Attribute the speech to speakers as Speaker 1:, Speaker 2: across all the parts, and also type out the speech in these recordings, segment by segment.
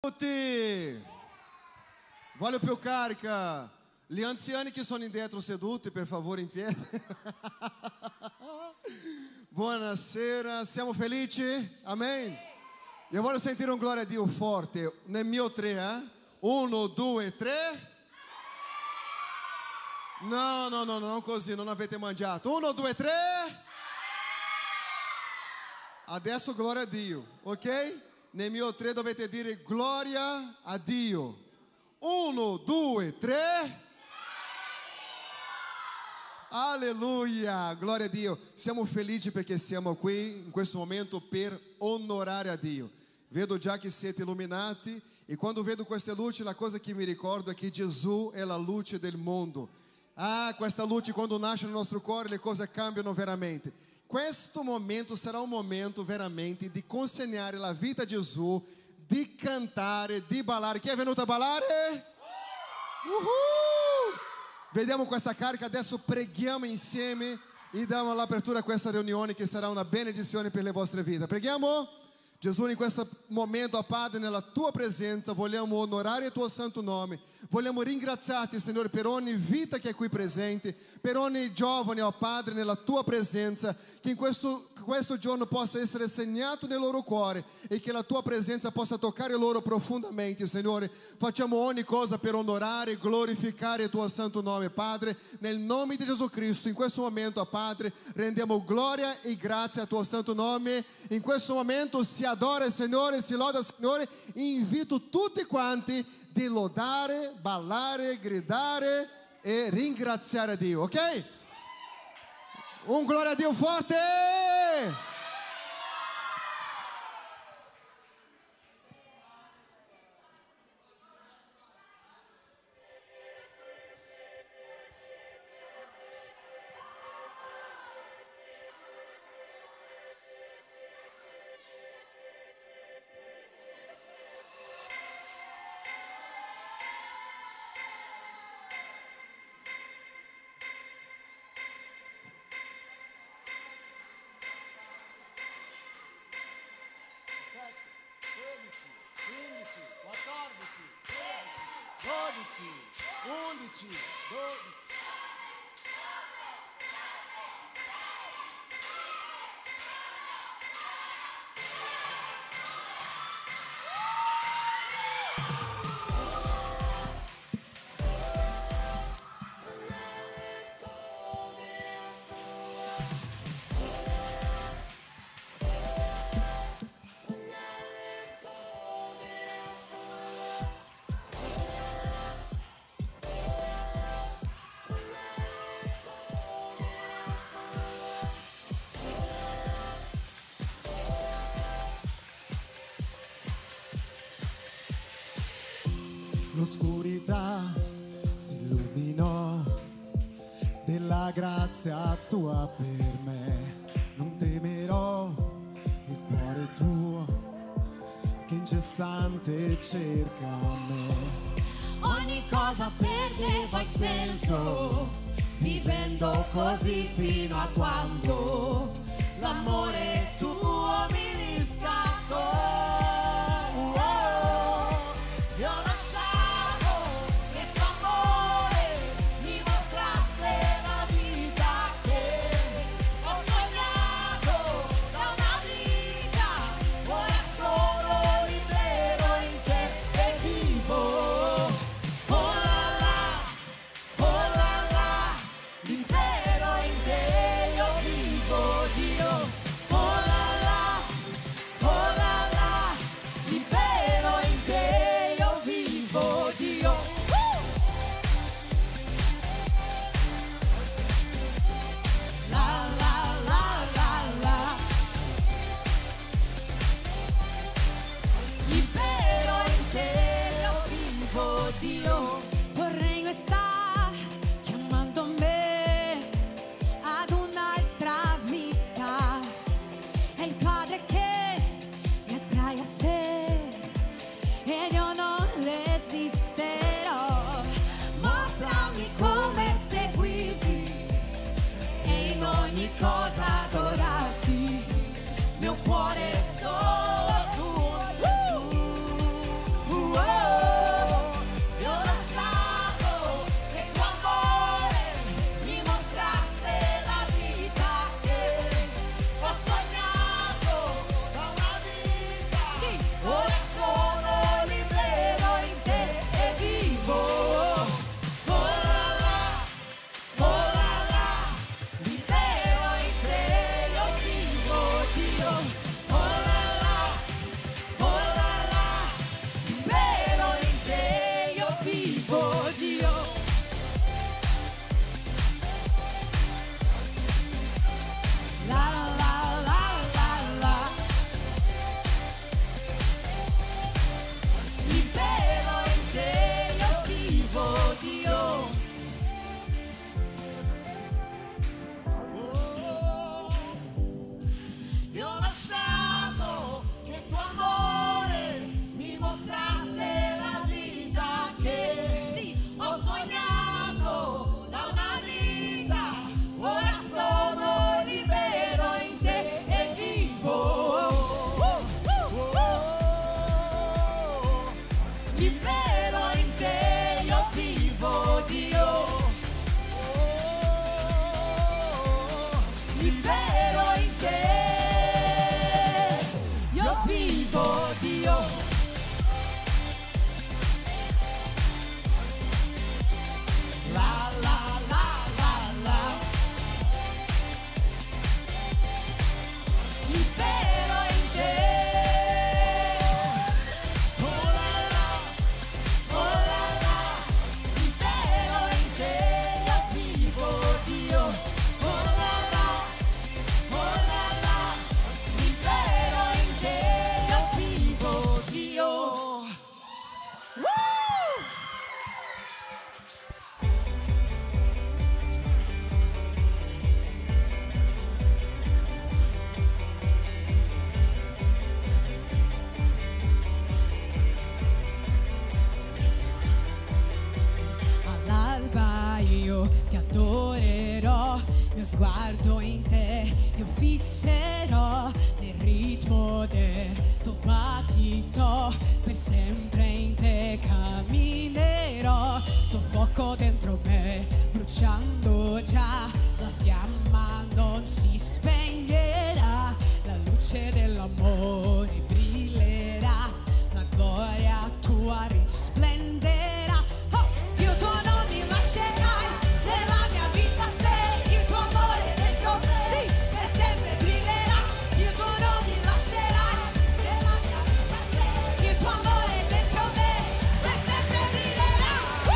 Speaker 1: Tutti, voglio più carica. Gli anziani che sono indietro seduti, per favore, in piedi. Buonasera, siamo felici? Amen. Io voglio sentire un gloria a Dio forte. Nel mio 3, 1, 2, 3. No, non così, non avete mangiato. 1, 2, 3. Adesso gloria a Dio, ok? Nel mio 3 dovete dire gloria a Dio. 1, 2, 3. Alleluia, gloria a Dio. Siamo felici perché siamo qui in questo momento per onorare a Dio. Vedo già che siete illuminati e quando vedo queste luci la cosa che mi ricordo è che Gesù è la luce del mondo. Questa luce quando nasce nel nostro cuore le cose cambiano veramente. Questo momento sarà un momento veramente di consegnare la vita a Gesù, di cantare, di ballare. Chi è venuto a ballare? Vediamo questa carica, adesso preghiamo insieme e diamo l'apertura a questa riunione che sarà una benedizione per le vostre vite. Preghiamo? Gesù, in questo momento, Padre, nella tua presenza vogliamo onorare il tuo santo nome, vogliamo ringraziarti, Signore, per ogni vita che è qui presente, per ogni giovane, Padre, nella tua presenza, che in questo giorno possa essere segnato nel loro cuore e che la tua presenza possa toccare loro profondamente, Signore. Facciamo ogni cosa per onorare e glorificare il tuo santo nome, Padre, nel nome di Gesù Cristo. In questo momento, Padre, rendiamo gloria e grazia al tuo santo nome. In questo momento si adora il Signore, si loda il Signore. Invito tutti quanti di lodare, ballare, gridare e ringraziare Dio, ok? Un gloria a Dio forte!
Speaker 2: L'oscurità si illuminò della grazia tua per me. Non temerò il cuore tuo che incessante cerca me.
Speaker 3: Ogni cosa perdeva il senso, vivendo così fino a quando l'amore tuo mi riscattò.
Speaker 2: Oh la
Speaker 3: libero in te, io vivo Dio. Libero in te, io vivo Dio. La la la la la. Libero in te. Oh la la, oh la la. Libero in te, io vivo Dio. Oh la la, oh la la. Libero in te, io vivo Dio. All'alba io ti adorerò, mio sguardo in te io fisserò, nel ritmo del tuo battito, per sempre in te camminerò, tuo fuoco dentro me bruciando già, la fiamma non si spegnerà, la luce dell'amore brillerà, la gloria tua risplenderà. Oh, io tuo non mi lascerai, nella mia vita sei, il tuo amore dentro me, sì, per sempre brillerà. Io tuo non mi lascerai, nella mia vita sei, il tuo amore dentro me, per sempre brillerà.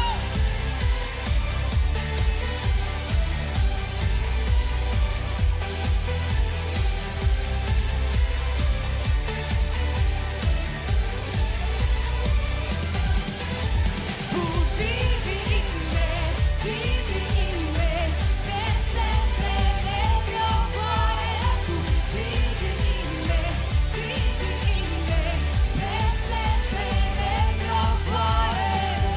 Speaker 3: Tu vivi in me, per sempre nel mio cuore. Tu vivi in me, per sempre nel mio cuore.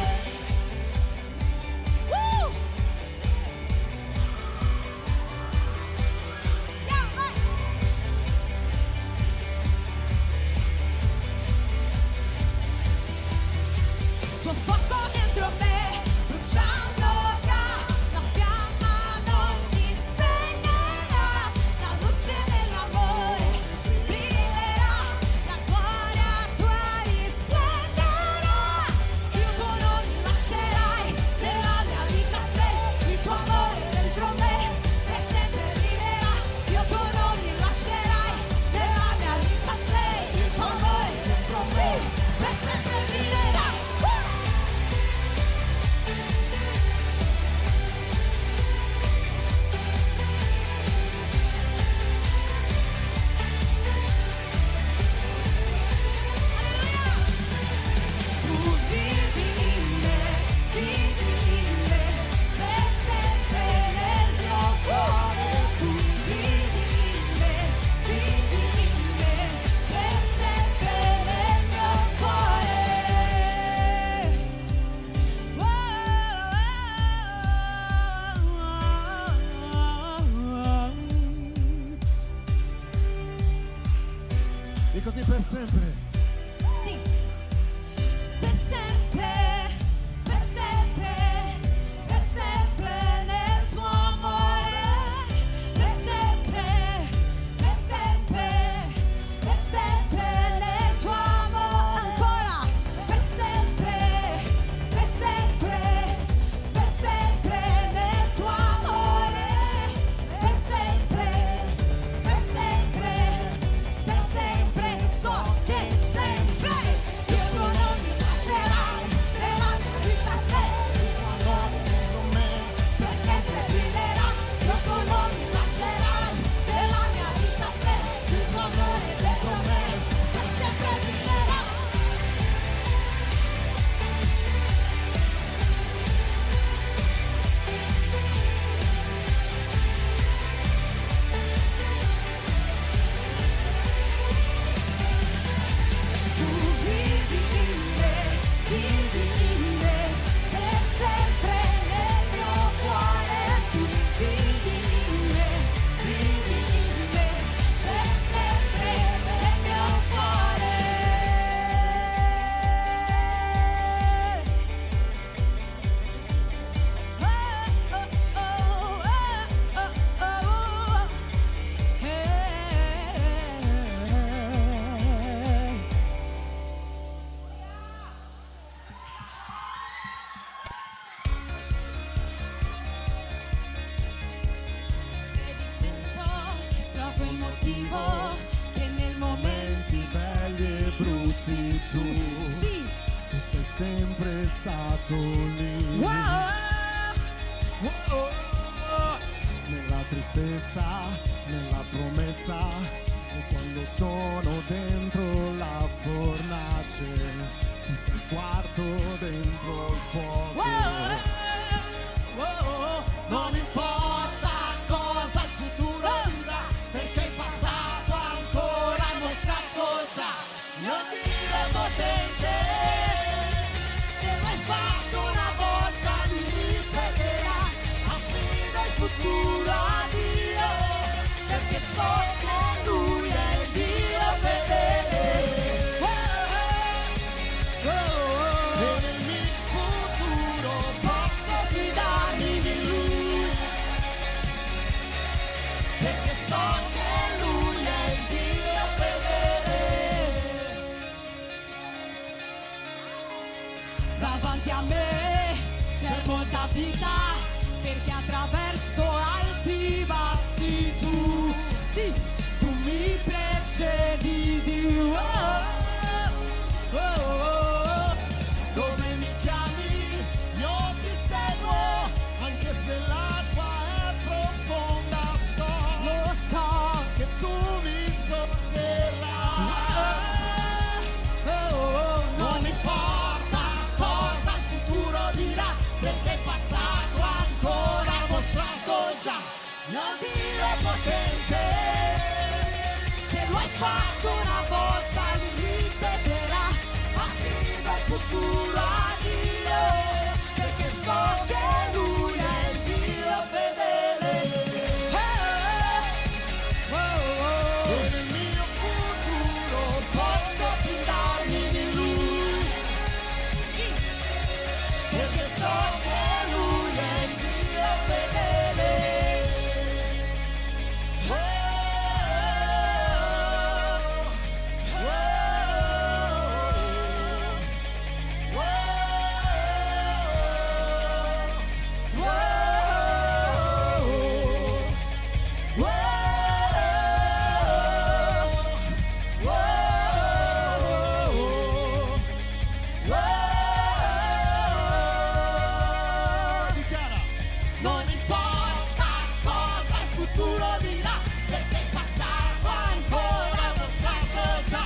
Speaker 3: Yeah, vai! Tuo fuoco dentro me, bruciando già, la fiamma non si spegnerà, la luce dell'amore brillerà, la gloria tua risplenderà. Io tu non mi lascerai, nella mia vita sei, il tuo amore dentro me, per sempre brillerà. Io tu non mi lascerai, nella mia vita sei, il tuo amore dentro me, per sempre brillerà. Tu vivi in me, per sempre nel mio cuore. Tu vivi in me, per sempre nel mio cuore.
Speaker 2: sempre stato lì. Nella tristezza, nella promessa, e quando sono dentro la fornace, tu sei il quarto dentro il fuoco. Non importa cosa il futuro dirà, perché il passato ancora mostrato già. Mio Dio è potente, se l'hai fatto una volta lui ripeterà. Affido il futuro a Dio, perché so che lui è il Dio fedele. E nel mio futuro posso fidarmi di lui, perché so che lui è il Dio fedele. Davanti a me c'è molta vita, perché attraverso alti bassi tu, sì, tu mi precedi di dove mi chiami io ti seguo, anche se l'acqua è profonda, lo so che tu mi sosterrai. Non importa cosa il futuro dirà, perché il passato ancora mostrato già. Mio Dio è potente, se lo hai fatto una volta lui ripeterà. Affido il futuro a Dio, perché so che lui è il Dio fedele. E nel mio futuro posso fidarmi di lui, sì, perché so che lui è il Dio fedele. Dichiara, non importa cosa il futuro dirà, perché il passato ancora mostrato già.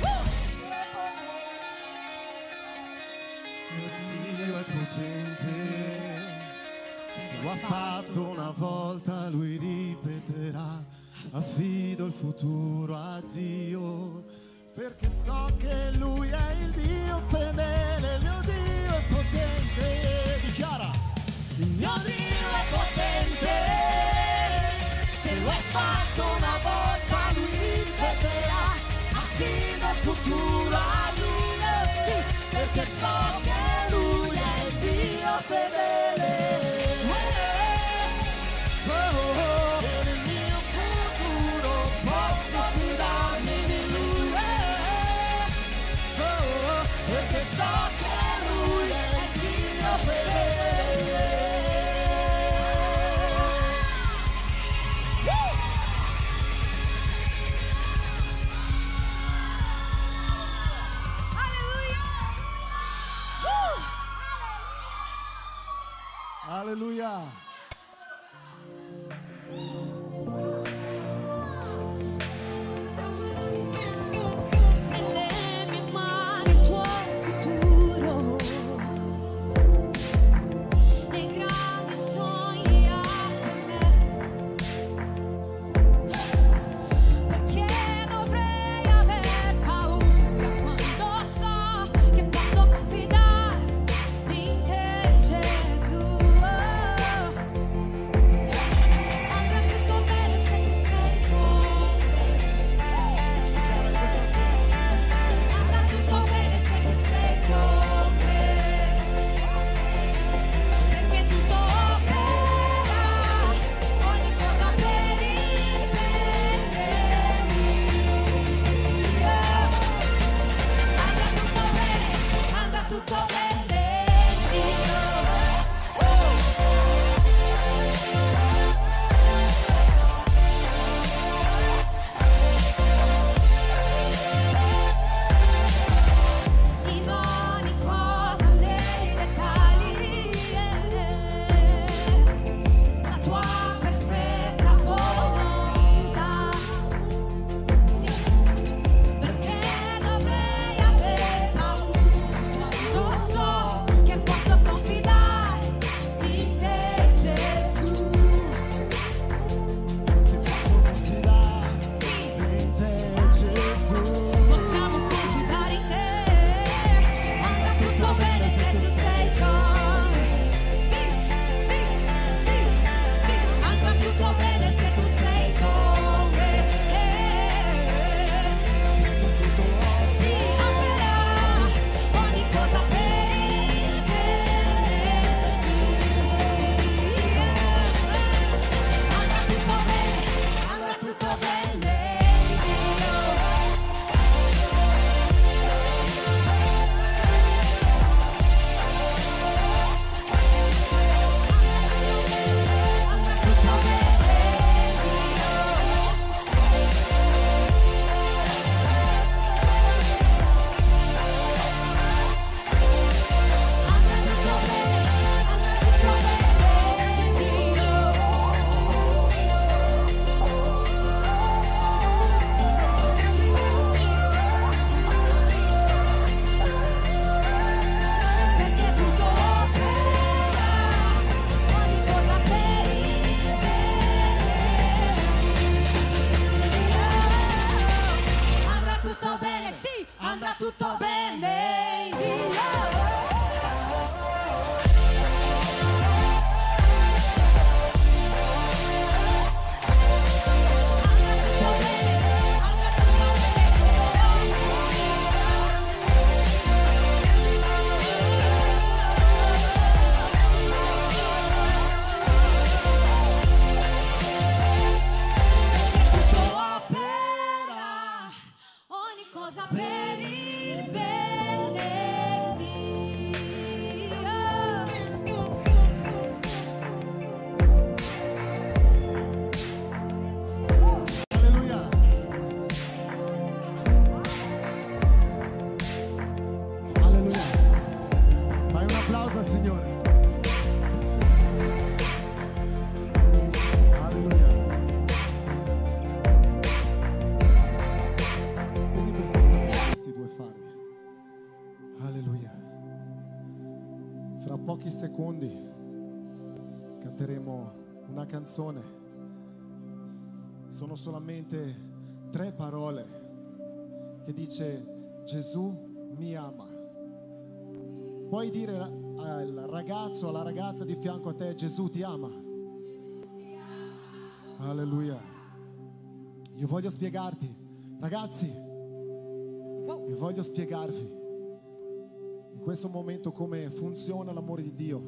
Speaker 2: Dio è potente, se lo ha fatto una volta lui ripeterà. Affido il futuro a Dio, perché so che lui è il Dio fedele. Il mio Dio è potente. Dichiara, il mio Dio è potente, se lo hai fatto una volta lui ripeterà. Affido il futuro a Dio, sì, perché so che lui è il Dio fedele. E nel mio futuro posso fidarmi di lui, perché so che lui è il Dio fedele. Alleluia.
Speaker 3: Nelle mie mani il tuo futuro e grandi sogni per me, perché dovrei aver paura quando so che posso confidare in te, Gesù.
Speaker 2: Alleluia. Fra pochi secondi canteremo una canzone. Sono solamente 3 parole che dice: Gesù mi ama. Puoi dire al ragazzo, alla ragazza di fianco a te: Gesù ti ama. Alleluia. Io voglio spiegarti, ragazzi, io voglio spiegarvi in questo momento come funziona l'amore di Dio.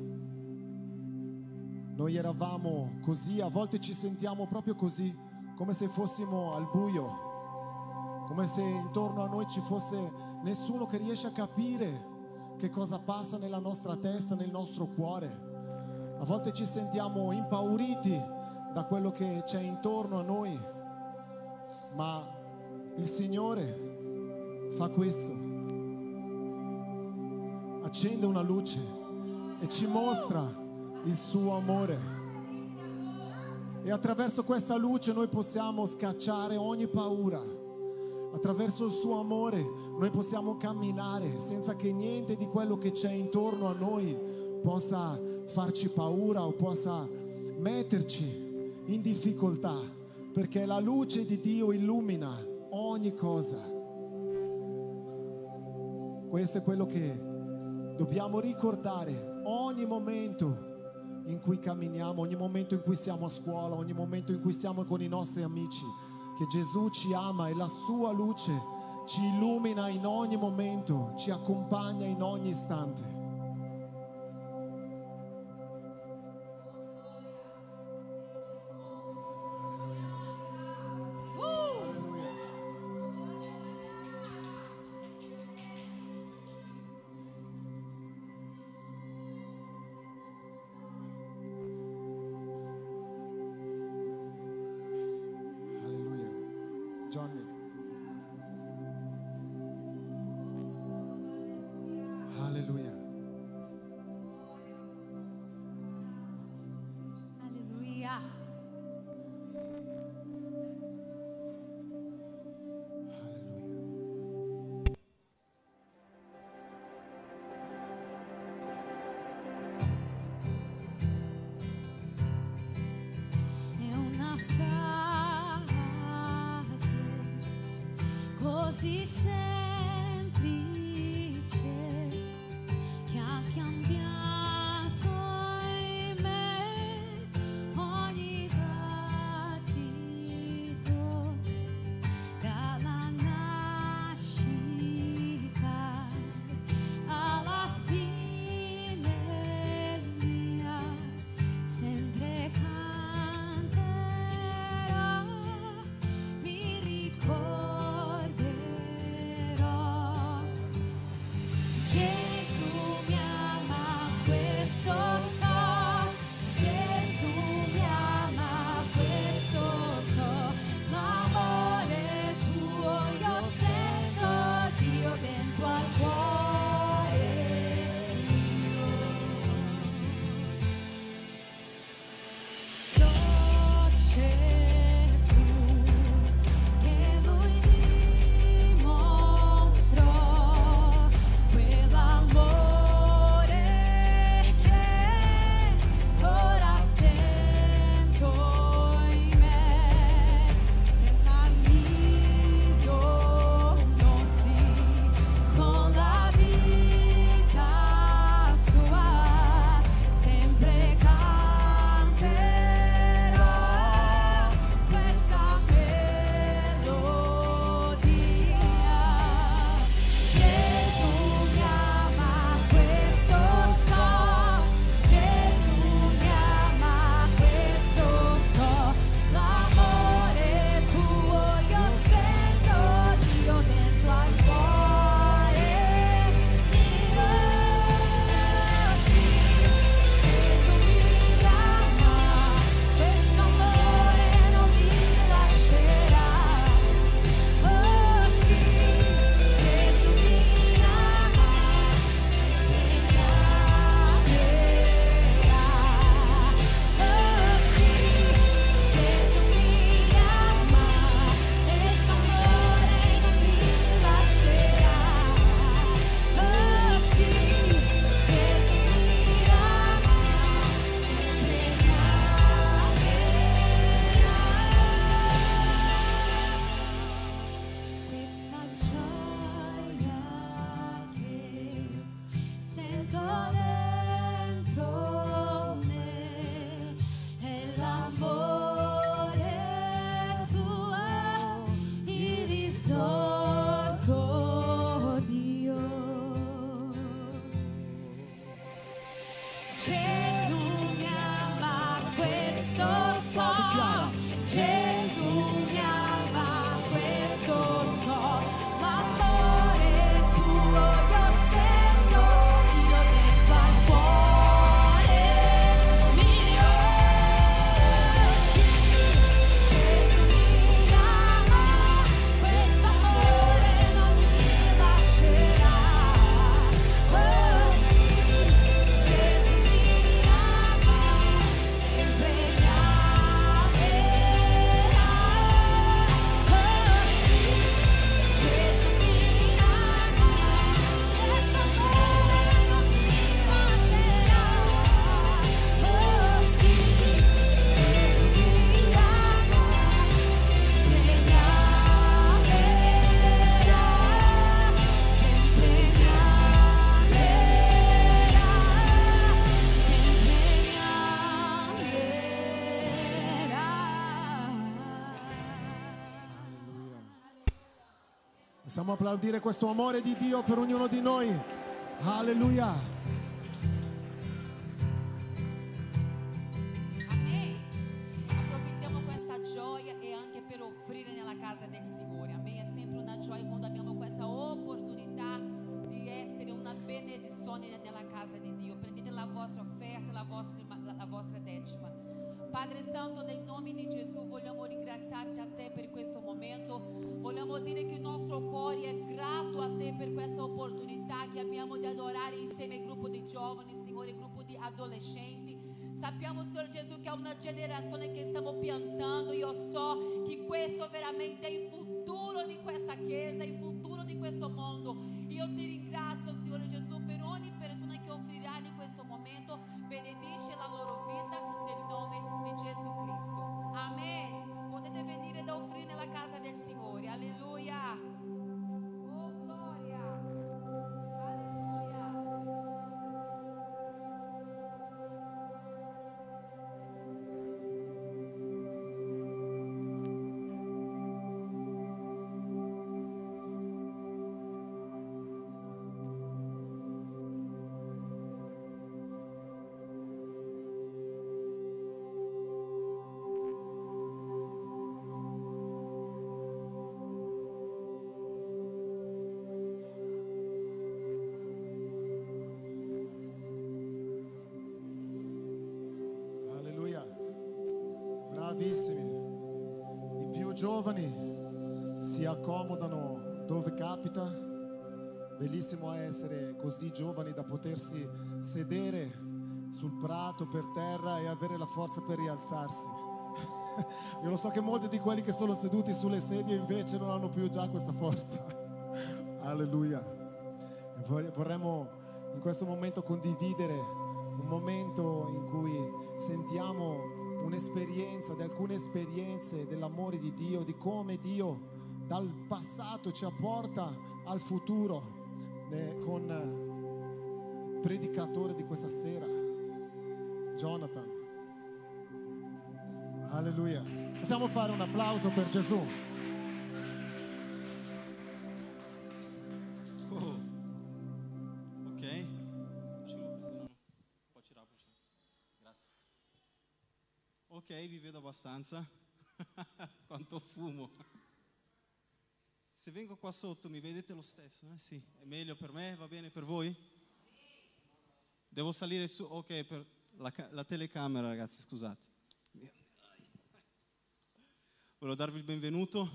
Speaker 2: Noi eravamo così, a volte ci sentiamo proprio così, come se fossimo al buio, come se intorno a noi ci fosse nessuno che riesce a capire che cosa passa nella nostra testa, nel nostro cuore. A volte ci sentiamo impauriti da quello che c'è intorno a noi, ma il Signore fa questo: accende una luce e ci mostra il suo amore, e attraverso questa luce noi possiamo scacciare ogni paura. Attraverso il suo amore noi possiamo camminare senza che niente di quello che c'è intorno a noi possa farci paura o possa metterci in difficoltà, perché la luce di Dio illumina ogni cosa. Questo è quello che dobbiamo ricordare ogni momento in cui camminiamo, ogni momento in cui siamo a scuola, ogni momento in cui siamo con i nostri amici, che Gesù ci ama e la sua luce ci illumina in ogni momento, ci accompagna in ogni istante. Johnny. Alleluia.
Speaker 3: Alleluia. È una frase così semplice che ha cambiato in me ogni battito, dalla nascita alla fine mia, sempre canterò, mi ricorderò Gesù mi ama, questo so.
Speaker 2: Dichiara.
Speaker 3: Gesù mi ama, questo so. L'amore tuo io sento, io dentro al cuore mio. Sì, Gesù mi ama, questo amore non mi lascerà. Oh sì, Gesù mi ama, sempre mi amerà. Oh sì, Gesù mi ama, questo amore non mi lascerà. Oh sì, Gesù mi ama, sempre mi amerà. Sempre mi
Speaker 2: Alleluia. Possiamo applaudire questo amore di Dio per ognuno di noi. Alleluia.
Speaker 4: Amém. Approfittamos questa gioia e anche per offrire nella casa del Signore. Amém. È sempre una gioia quando abbiamo questa opportunità di essere una benedizione nella casa di Dio. Prendete la vostra offerta, la vostra decima. Padre Santo, nel nome di Gesù vogliamo ringraziarti a te per questo momento. Vogliamo dire che il nostro cuore è grato a te per questa opportunità che abbiamo di adorare insieme al gruppo di giovani, Signore, gruppo di adolescenti. Sappiamo, Signor Gesù, che è una generazione che stiamo piantando. Io so che questo veramente è il futuro di questa chiesa, il futuro di questo mondo. Io ti ringrazio, Signore Gesù, per ogni persona che offrirà in questo momento. Benedice la loro vita nel nome di Gesù Cristo. Amen. Potete venire da offrire nella casa del Signore. Alleluia. Oh, gloria. Alleluia.
Speaker 2: Alleluia. Bravissimi. I più giovani si accomodano dove capita. Bellissimo essere così giovani da potersi sedere sul prato, per terra e avere la forza per rialzarsi. Io lo so che molti di quelli che sono seduti sulle sedie invece non hanno più già questa forza. Alleluia. E vorremmo in questo momento condividere un momento in cui sentiamo un'esperienza, di alcune esperienze dell'amore di Dio, di come Dio dal passato ci apporta al futuro, con il predicatore di questa sera, Jonathan. Alleluia. Possiamo fare un applauso per Gesù?
Speaker 5: Ok, se no, può tirare. Grazie. Ok, vi vedo abbastanza. Quanto fumo. Se vengo qua sotto mi vedete lo stesso, eh? Sì, è meglio per me, va bene per voi? Devo salire su, ok, per la telecamera, ragazzi, scusate. Volevo darvi il benvenuto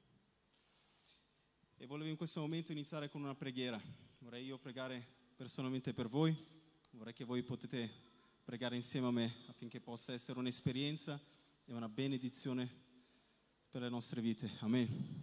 Speaker 5: e volevo in questo momento iniziare con una preghiera. Vorrei io pregare personalmente per voi, vorrei che voi potete pregare insieme a me affinché possa essere un'esperienza e una benedizione per le nostre vite. Amen.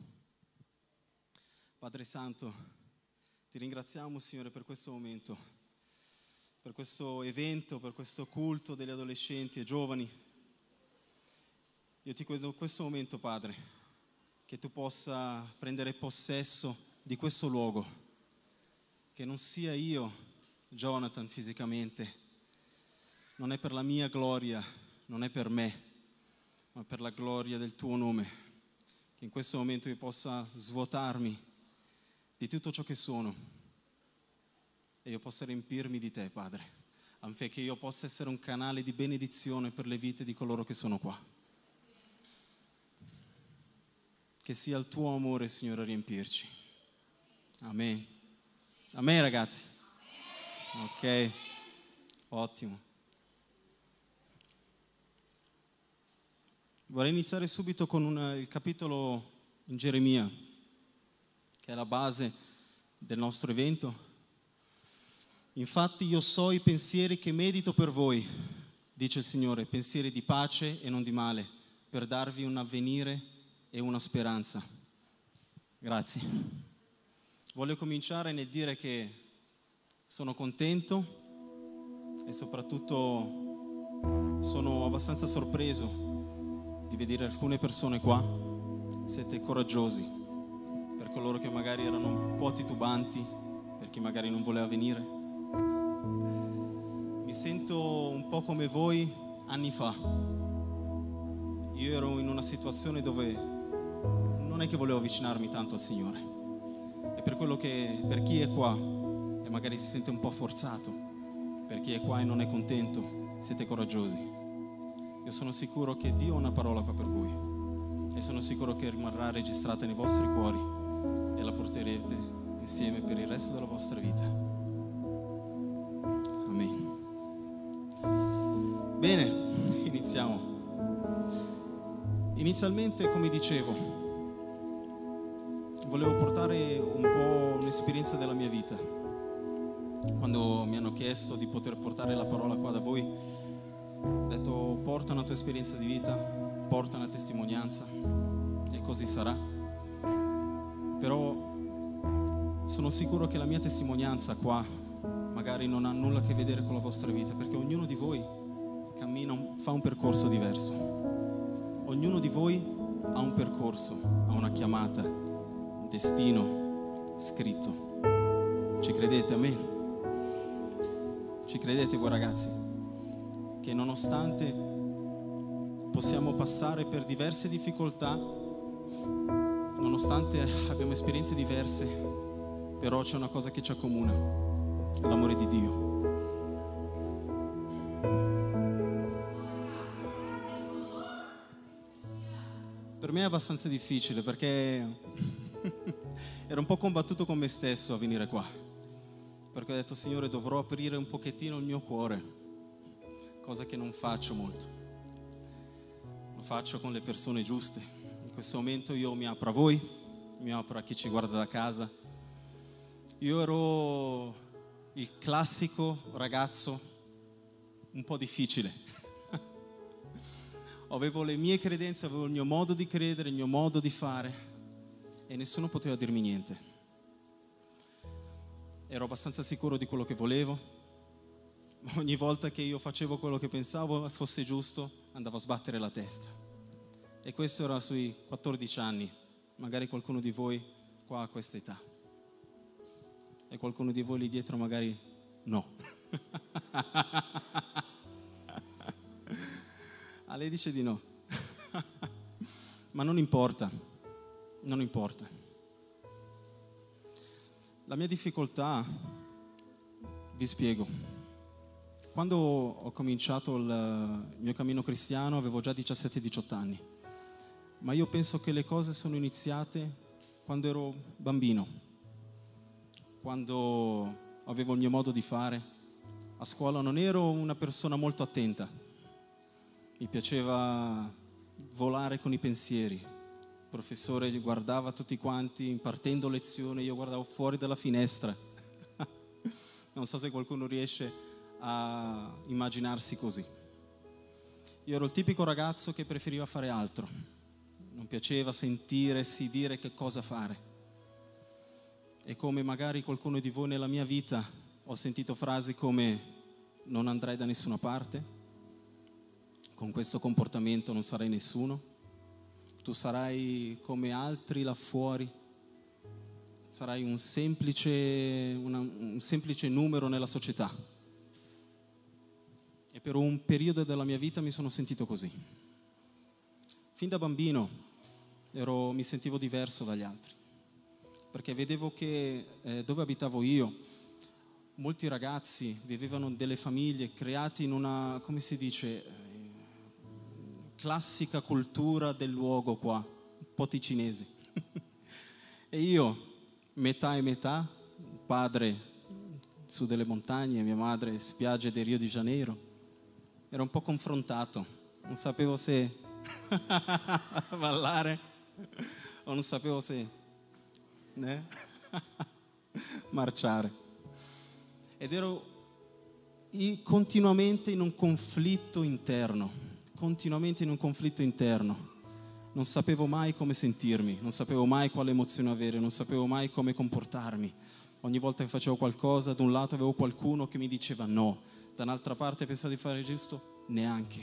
Speaker 5: Padre Santo, ti ringraziamo, Signore, per questo momento, per questo evento, per questo culto degli adolescenti e giovani. Io ti chiedo in questo momento, Padre, che tu possa prendere possesso di questo luogo, che non sia io, Jonathan, fisicamente, non è per la mia gloria, non è per me, ma per la gloria del tuo nome, che in questo momento io possa svuotarmi di tutto ciò che sono e io possa riempirmi di te, Padre. affinché io possa essere un canale di benedizione per le vite di coloro che sono qua. Che sia il tuo amore, Signore, a riempirci. Amen. Amen, ragazzi. Ok, ottimo. Vorrei iniziare subito con il capitolo in Geremia, che è la base del nostro evento. Infatti io so i pensieri che medito per voi, dice il Signore, pensieri di pace e non di male, per darvi un avvenire e una speranza. Grazie. Voglio cominciare nel dire che sono contento e soprattutto sono abbastanza sorpreso di vedere alcune persone qua. Siete coraggiosi, per coloro che magari erano un po' titubanti, per chi magari non voleva venire. Mi sento un po' come voi anni fa. Io ero in una situazione dove non è che volevo avvicinarmi tanto al Signore, e per quello che per chi è qua e magari si sente un po' forzato, per chi è qua e non è contento, siete coraggiosi. Io sono sicuro che Dio ha una parola qua per voi e sono sicuro che rimarrà registrata nei vostri cuori e la porterete insieme per il resto della vostra vita. Amen. Bene, iniziamo. Inizialmente, come dicevo, volevo portare un po' un'esperienza della mia vita. Quando mi hanno chiesto di poter portare la parola qua da voi, ho detto: porta una tua esperienza di vita, porta una testimonianza, e così sarà. Però sono sicuro che la mia testimonianza qua magari non ha nulla a che vedere con la vostra vita, perché ognuno di voi cammina, fa un percorso diverso. Ognuno di voi ha un percorso, ha una chiamata, un destino scritto. Ci credete? Amen. Ci credete voi ragazzi? Che nonostante possiamo passare per diverse difficoltà, nonostante abbiamo esperienze diverse, però c'è una cosa che ci accomuna: l'amore di Dio. Per me è abbastanza difficile, perché ero un po' combattuto con me stesso a venire qua, perché ho detto: Signore, dovrò aprire un pochettino il mio cuore, cosa che non faccio molto. Lo faccio con le persone giuste. In questo momento io mi apro a voi, mi apro a chi ci guarda da casa. Io ero il classico ragazzo un po' difficile. Avevo le mie credenze, avevo il mio modo di credere, il mio modo di fare, e nessuno poteva dirmi niente. Ero abbastanza sicuro di quello che volevo. Ogni volta che io facevo quello che pensavo fosse giusto, andavo a sbattere la testa. E questo era sui 14 anni. Magari qualcuno di voi qua ha questa età. E qualcuno di voi lì dietro magari no. Ah, lei dice di no. Ma non importa. Non importa. La mia difficoltà, vi spiego. Quando ho cominciato il mio cammino cristiano avevo già 17-18 anni, ma io penso che le cose sono iniziate quando ero bambino, quando avevo il mio modo di fare. A scuola non ero una persona molto attenta, mi piaceva volare con i pensieri. Il professore guardava tutti quanti impartendo lezione, io guardavo fuori dalla finestra. Non so se qualcuno riesce a immaginarsi così. Io ero il tipico ragazzo che preferiva fare altro, non piaceva sentirsi dire che cosa fare. E come magari qualcuno di voi nella mia vita ho sentito frasi come: non andrai da nessuna parte, con questo comportamento non sarai nessuno, tu sarai come altri là fuori, sarai un semplice numero nella società. E per un periodo della mia vita mi sono sentito così. Fin da bambino mi sentivo diverso dagli altri, perché vedevo che dove abitavo io molti ragazzi vivevano delle famiglie create in una, come si dice, classica cultura del luogo qua, un po' ticinesi. E io, metà e metà, padre su delle montagne, mia madre spiagge del Rio de Janeiro, ero un po' confrontato, non sapevo se ballare o non sapevo se marciare. Ed ero continuamente in un conflitto interno, non sapevo mai come sentirmi, non sapevo mai quale emozione avere, non sapevo mai come comportarmi. Ogni volta che facevo qualcosa, da un lato avevo qualcuno che mi diceva no, da un'altra parte pensavo di fare giusto, neanche.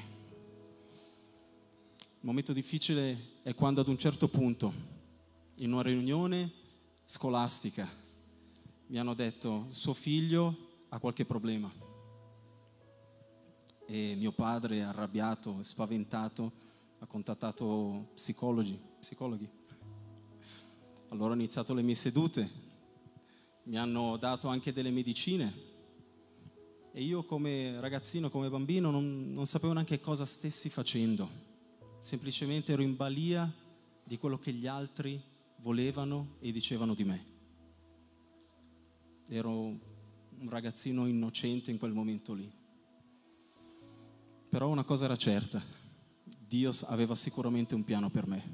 Speaker 5: Il momento difficile è quando ad un certo punto, in una riunione scolastica, mi hanno detto suo figlio ha qualche problema. E mio padre, arrabbiato e spaventato, ha contattato psicologi. Allora ho iniziato le mie sedute, mi hanno dato anche delle medicine e io come ragazzino, come bambino non sapevo neanche cosa stessi facendo, semplicemente ero in balia di quello che gli altri volevano e dicevano di me. Ero un ragazzino innocente in quel momento lì. Però una cosa era certa, Dio aveva sicuramente un piano per me.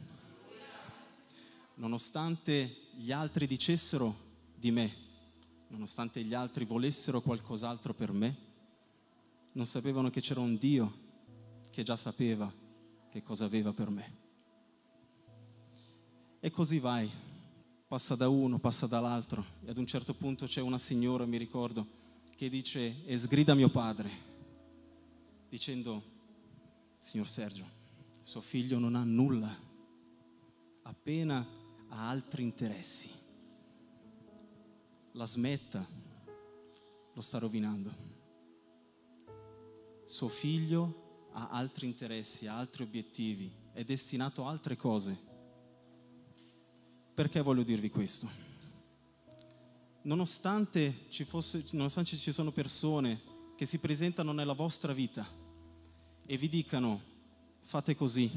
Speaker 5: Nonostante gli altri dicessero di me, nonostante gli altri volessero qualcos'altro per me, non sapevano che c'era un Dio che già sapeva che cosa aveva per me. E così vai, passa da uno, passa dall'altro, e ad un certo punto c'è una signora, mi ricordo, che dice e sgrida mio padre, dicendo: signor Sergio, suo figlio non ha nulla, appena ha altri interessi. La smetta, lo sta rovinando. Suo figlio ha altri interessi, ha altri obiettivi, è destinato a altre cose. Perché voglio dirvi questo? Nonostante ci sono persone che si presentano nella vostra vita e vi dicano fate così,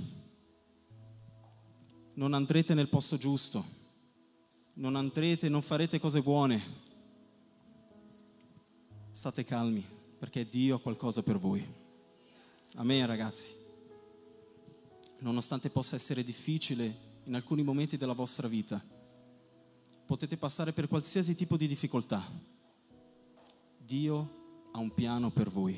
Speaker 5: non andrete nel posto giusto, non farete cose buone, state calmi, perché Dio ha qualcosa per voi. Amen, ragazzi. Nonostante possa essere difficile in alcuni momenti della vostra vita, potete passare per qualsiasi tipo di difficoltà, Dio ha un piano per voi.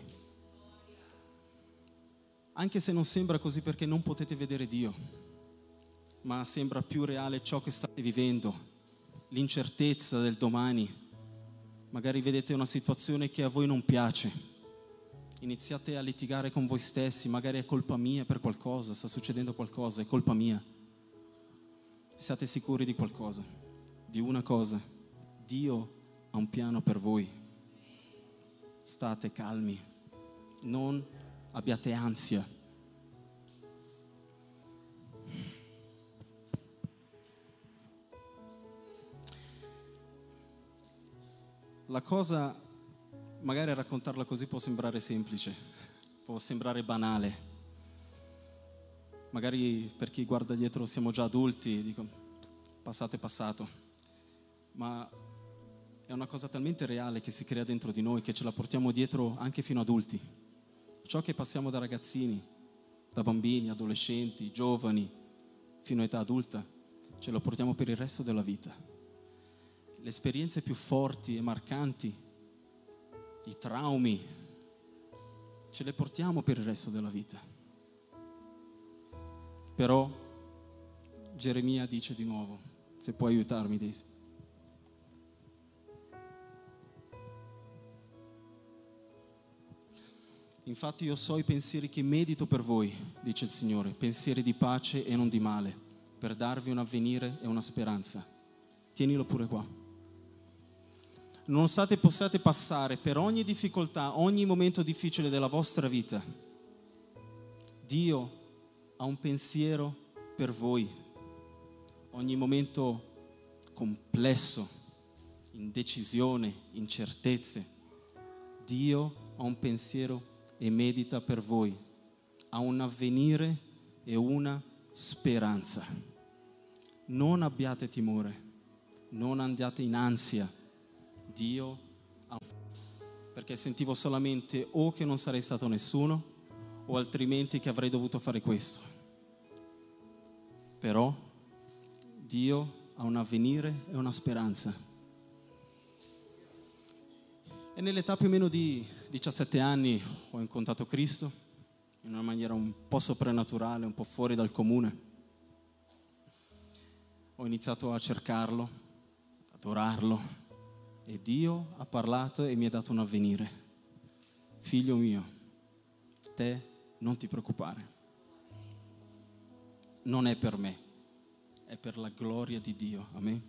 Speaker 5: Anche se non sembra così, perché non potete vedere Dio, ma sembra più reale ciò che state vivendo, l'incertezza del domani. Magari vedete una situazione che a voi non piace, iniziate a litigare con voi stessi, magari è colpa mia per qualcosa, sta succedendo qualcosa, è colpa mia. Siate sicuri di qualcosa, di una cosa: Dio ha un piano per voi. State calmi, non abbiate ansia. La cosa, magari raccontarla così può sembrare semplice, può sembrare banale. Magari per chi guarda dietro siamo già adulti, dico passato è passato, ma è una cosa talmente reale che si crea dentro di noi che ce la portiamo dietro anche fino ad adulti. Ciò che passiamo da ragazzini, da bambini, adolescenti, giovani, fino a età adulta, ce lo portiamo per il resto della vita. Le esperienze più forti e marcanti, i traumi, ce le portiamo per il resto della vita. Però Geremia dice di nuovo, se puoi aiutarmi Daisy. Infatti io so i pensieri che medito per voi, dice il Signore, pensieri di pace e non di male, per darvi un avvenire e una speranza. Tienilo pure qua. Nonostante possiate passare per ogni difficoltà, ogni momento difficile della vostra vita, Dio ha un pensiero per voi. Ogni momento complesso indecisione, incertezze, Dio ha un pensiero e medita per voi, ha un avvenire e una speranza. Non abbiate timore, non andate in ansia. Dio ha perché sentivo solamente o che non sarei stato nessuno o altrimenti che avrei dovuto fare questo. Però Dio ha un avvenire e una speranza. E nell'età più o meno di 17 anni ho incontrato Cristo in una maniera un po' soprannaturale, un po' fuori dal comune. Ho iniziato a cercarlo, ad adorarlo, e Dio ha parlato e mi ha dato un avvenire. Figlio mio, te non ti preoccupare. Non è per me, è per la gloria di Dio. Amen.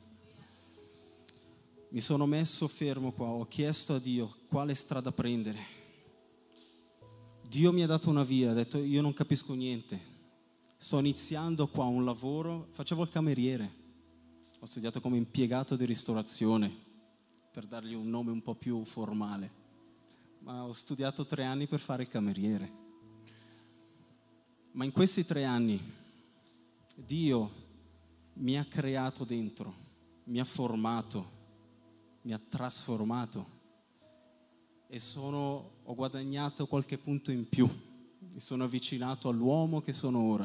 Speaker 5: Mi sono messo fermo qua, ho chiesto a Dio quale strada prendere. Dio mi ha dato una via, ha detto io non capisco niente. Sto iniziando qua un lavoro, facevo il cameriere. Ho studiato come impiegato di ristorazione, per dargli un nome un po' più formale. Ma ho studiato 3 anni per fare il cameriere. Ma in questi 3 anni Dio mi ha creato dentro, mi ha formato, mi ha trasformato e ho guadagnato qualche punto in più. Mi sono avvicinato all'uomo che sono ora.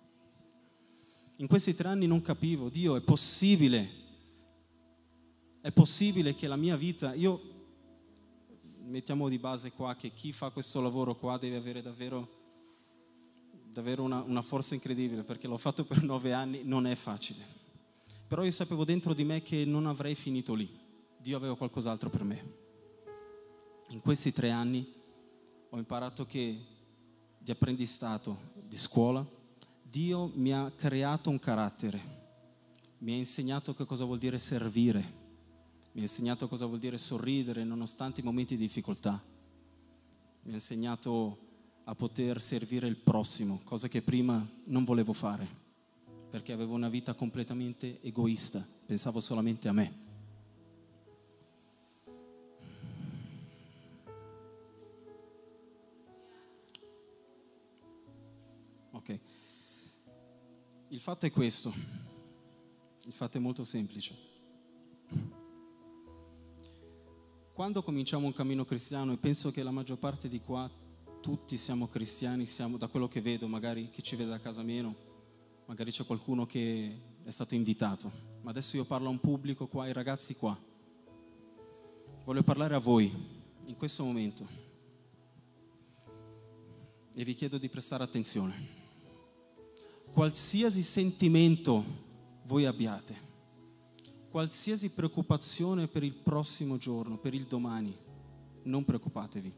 Speaker 5: In questi 3 anni non capivo, Dio, è possibile che la mia vita, mettiamo di base qua che chi fa questo lavoro qua deve avere davvero una forza incredibile, perché l'ho fatto per 9 anni, non è facile. Però io sapevo dentro di me che non avrei finito lì. Dio aveva qualcos'altro per me. In questi 3 anni ho imparato che di apprendistato, di scuola, Dio mi ha creato un carattere, mi ha insegnato che cosa vuol dire servire, mi ha insegnato cosa vuol dire sorridere nonostante i momenti di difficoltà, mi ha insegnato a poter servire il prossimo, cosa che prima non volevo fare, perché avevo una vita completamente egoista, pensavo solamente a me. Ok. Il fatto è questo, il fatto è molto semplice. Quando cominciamo un cammino cristiano, e penso che la maggior parte di qua, tutti siamo cristiani, siamo, da quello che vedo, magari chi ci vede da casa meno, magari c'è qualcuno che è stato invitato, ma adesso io parlo a un pubblico qua, ai ragazzi qua. Voglio parlare a voi in questo momento e vi chiedo di prestare attenzione. Qualsiasi sentimento voi abbiate, qualsiasi preoccupazione per il prossimo giorno, per il domani, non preoccupatevi.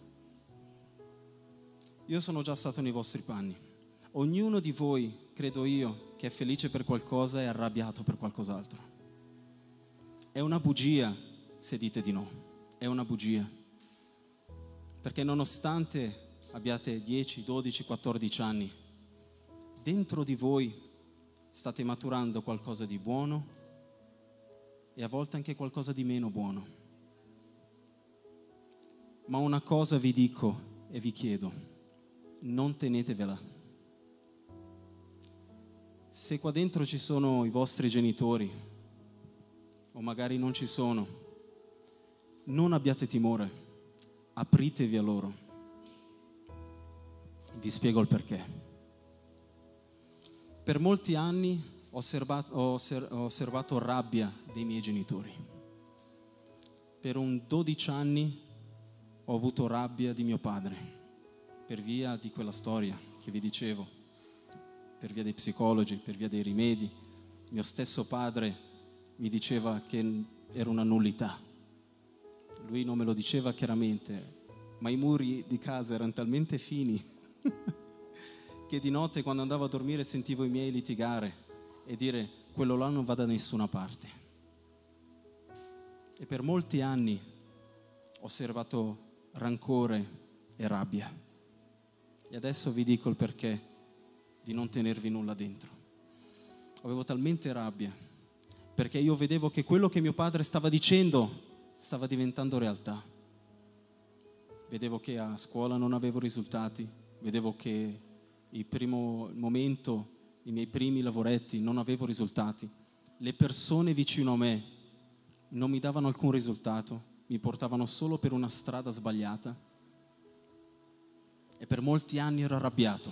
Speaker 5: Io sono già stato nei vostri panni. Ognuno di voi, credo io, che è felice per qualcosa è arrabbiato per qualcos'altro. È una bugia se dite di no, è una bugia. Perché nonostante abbiate 10, 12, 14 anni, dentro di voi state maturando qualcosa di buono e a volte anche qualcosa di meno buono. Ma una cosa vi dico e vi chiedo, non tenetevela. Se qua dentro ci sono i vostri genitori o magari non ci sono, non abbiate timore, apritevi a loro. Vi spiego il perché. Per molti anni ho osservato rabbia dei miei genitori. Per 12 anni ho avuto rabbia di mio padre, per via di quella storia che vi dicevo, per via dei psicologi, per via dei rimedi. Mio stesso padre mi diceva che era una nullità. Lui non me lo diceva chiaramente, ma i muri di casa erano talmente fini che di notte quando andavo a dormire sentivo i miei litigare e dire quello là non va da nessuna parte. E per molti anni ho osservato rancore e rabbia. E adesso vi dico il perché di non tenervi nulla dentro. Avevo talmente rabbia perché io vedevo che quello che mio padre stava dicendo stava diventando realtà. Vedevo che a scuola non avevo risultati, vedevo che il primo momento, i miei primi lavoretti, non avevo risultati. Le persone vicino a me non mi davano alcun risultato, mi portavano solo per una strada sbagliata e per molti anni ero arrabbiato.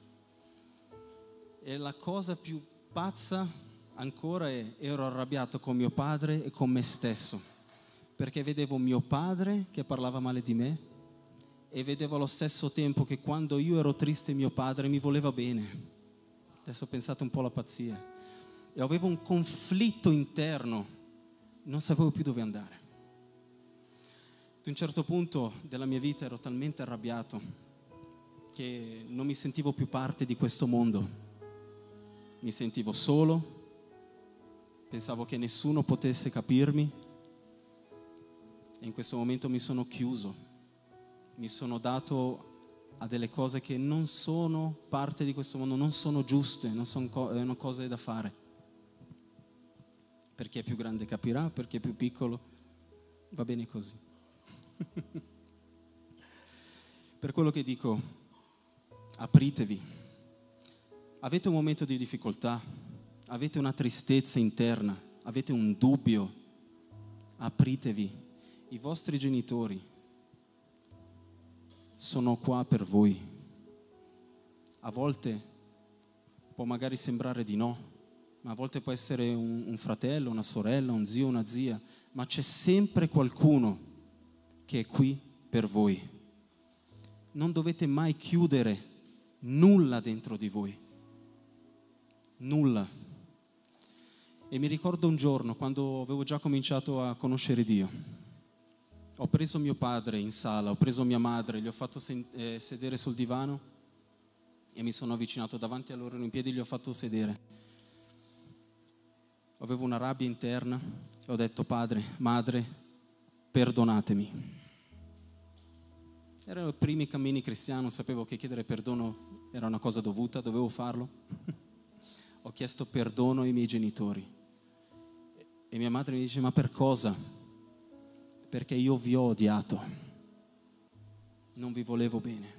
Speaker 5: E la cosa più pazza ancora è ero arrabbiato con mio padre e con me stesso, perché vedevo mio padre che parlava male di me e vedevo allo stesso tempo che quando io ero triste mio padre mi voleva bene. Adesso pensate un po' alla pazzia. E avevo un conflitto interno, non sapevo più dove andare. Ad un certo punto della mia vita ero talmente arrabbiato che non mi sentivo più parte di questo mondo. Mi sentivo solo, pensavo che nessuno potesse capirmi e in questo momento mi sono chiuso, mi sono dato a delle cose che non sono parte di questo mondo, non sono giuste, non sono cose da fare. Per chi è più grande capirà, per chi è più piccolo va bene così. Per quello che dico, apritevi. Avete un momento di difficoltà, avete una tristezza interna, avete un dubbio, apritevi. I vostri genitori sono qua per voi. A volte può magari sembrare di no, ma a volte può essere un fratello, una sorella, un zio, una zia, ma c'è sempre qualcuno che è qui per voi. Non dovete mai chiudere nulla dentro di voi. Nulla. E mi ricordo un giorno, quando avevo già cominciato a conoscere Dio, ho preso mio padre in sala, ho preso mia madre, li ho fatto sedere sul divano e mi sono avvicinato davanti a loro in piedi e li ho fatto sedere. Avevo una rabbia interna e ho detto: padre, madre, perdonatemi. Erano i primi cammini cristiani, sapevo che chiedere perdono era una cosa dovuta, dovevo farlo. Ho chiesto perdono ai miei genitori e mia madre mi dice: ma per cosa? Perché io vi ho odiato, non vi volevo bene.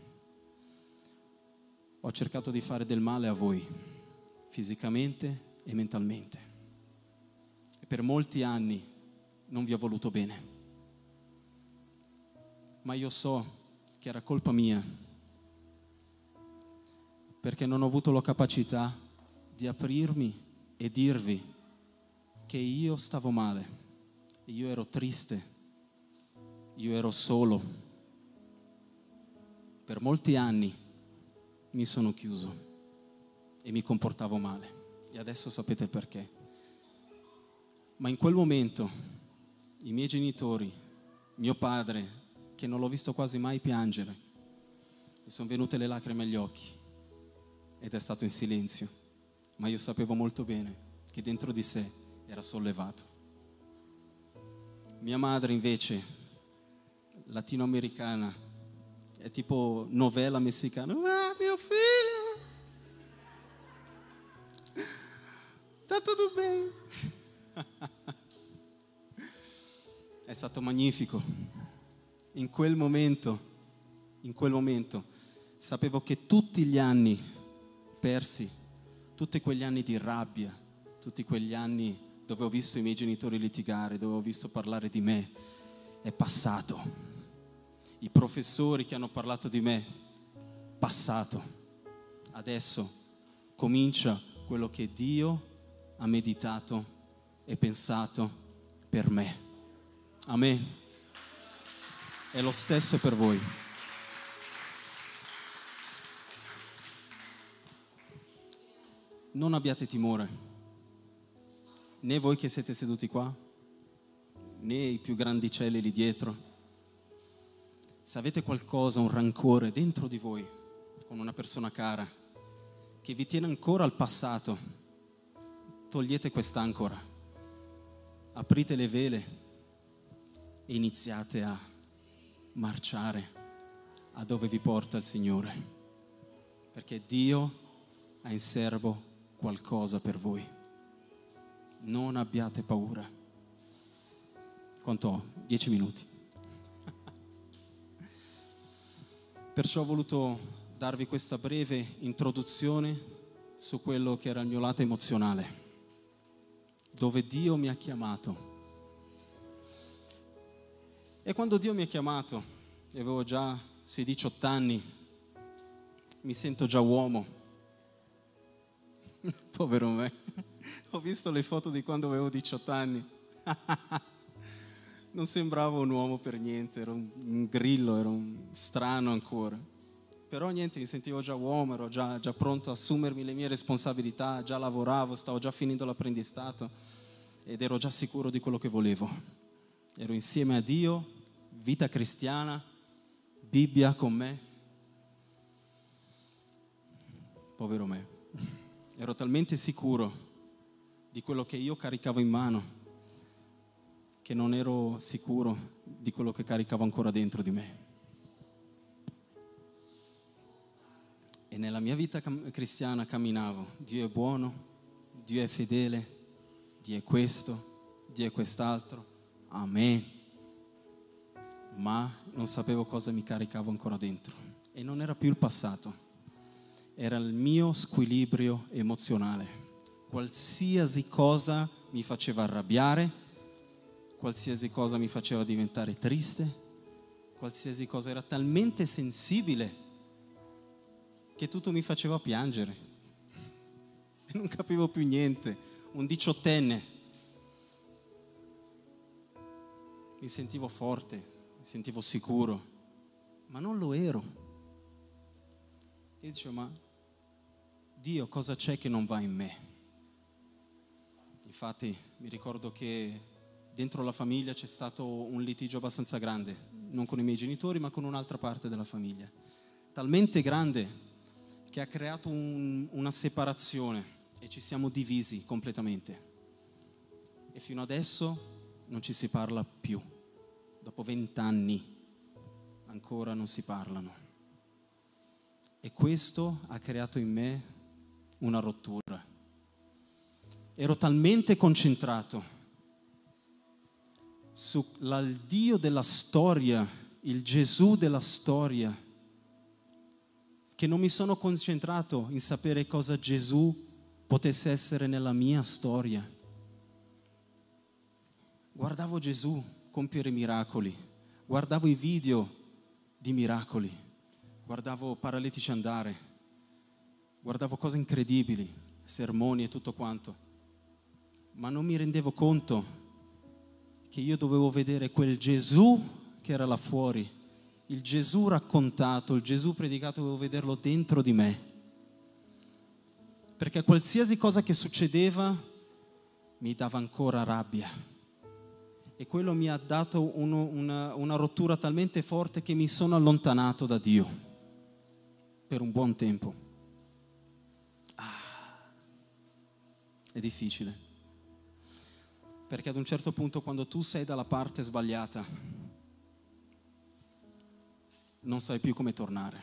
Speaker 5: Ho cercato di fare del male a voi, fisicamente e mentalmente. E per molti anni non vi ho voluto bene. Ma io so che era colpa mia, perché non ho avuto la capacità di aprirmi e dirvi che io stavo male, io ero triste, io ero solo. Per molti anni mi sono chiuso e mi comportavo male e adesso sapete il perché. Ma in quel momento i miei genitori, mio padre, che non l'ho visto quasi mai piangere, mi sono venute le lacrime agli occhi ed è stato in silenzio, ma io sapevo molto bene che dentro di sé era sollevato. Mia madre invece, latinoamericana, è tipo novella messicana. Ah, mio figlio, sta tutto bene. È stato magnifico. In quel momento sapevo che tutti gli anni persi, tutti quegli anni di rabbia, tutti quegli anni dove ho visto i miei genitori litigare, dove ho visto parlare di me, è passato. I professori che hanno parlato di me, passato. Adesso comincia quello che Dio ha meditato e pensato per me. Amen. È lo stesso per voi. Non abbiate timore, né voi che siete seduti qua, né i più grandicelli lì dietro. Se avete qualcosa, un rancore dentro di voi con una persona cara che vi tiene ancora al passato, togliete quest'ancora, aprite le vele e iniziate a marciare a dove vi porta il Signore, perché Dio ha in serbo qualcosa per voi. Non abbiate paura. Quanto ho? 10 minuti. Perciò ho voluto darvi questa breve introduzione su quello che era il mio lato emozionale, dove Dio mi ha chiamato. E quando Dio mi ha chiamato, e avevo già sui 18 anni, mi sento già uomo. Povero me. Ho visto le foto di quando avevo 18 anni. Non sembravo un uomo per niente, ero un grillo, ero un strano ancora. Però niente, mi sentivo già uomo, ero già pronto a assumermi le mie responsabilità, già lavoravo, stavo già finendo l'apprendistato ed ero già sicuro di quello che volevo. Ero insieme a Dio, vita cristiana, Bibbia con me. Povero me. Ero talmente sicuro di quello che io caricavo in mano che non ero sicuro di quello che caricavo ancora dentro di me. E nella mia vita cristiana camminavo. Dio è buono, Dio è fedele, Dio è questo, Dio è quest'altro. Amen. Ma non sapevo cosa mi caricavo ancora dentro. E non era più il passato. Era il mio squilibrio emozionale. Qualsiasi cosa mi faceva arrabbiare, qualsiasi cosa mi faceva diventare triste, qualsiasi cosa era talmente sensibile che tutto mi faceva piangere. E non capivo più niente. Un 18enne. Mi sentivo forte, mi sentivo sicuro, ma non lo ero. E dicevo, ma Dio, cosa c'è che non va in me? Infatti mi ricordo che dentro la famiglia c'è stato un litigio abbastanza grande, non con i miei genitori ma con un'altra parte della famiglia, talmente grande che ha creato una separazione e ci siamo divisi completamente. E fino adesso non ci si parla più. Dopo 20 anni ancora non si parlano. E questo ha creato in me una rottura. Ero talmente concentrato sul Dio della storia, il Gesù della storia, che non mi sono concentrato in sapere cosa Gesù potesse essere nella mia storia. Guardavo Gesù compiere miracoli, guardavo i video di miracoli, guardavo paralitici andare, guardavo cose incredibili, sermoni e tutto quanto, ma non mi rendevo conto che io dovevo vedere quel Gesù che era là fuori, il Gesù raccontato, il Gesù predicato, dovevo vederlo dentro di me, perché qualsiasi cosa che succedeva mi dava ancora rabbia. E quello mi ha dato una rottura talmente forte che mi sono allontanato da Dio per un buon tempo. È difficile, perché ad un certo punto, quando tu sei dalla parte sbagliata, non sai più come tornare.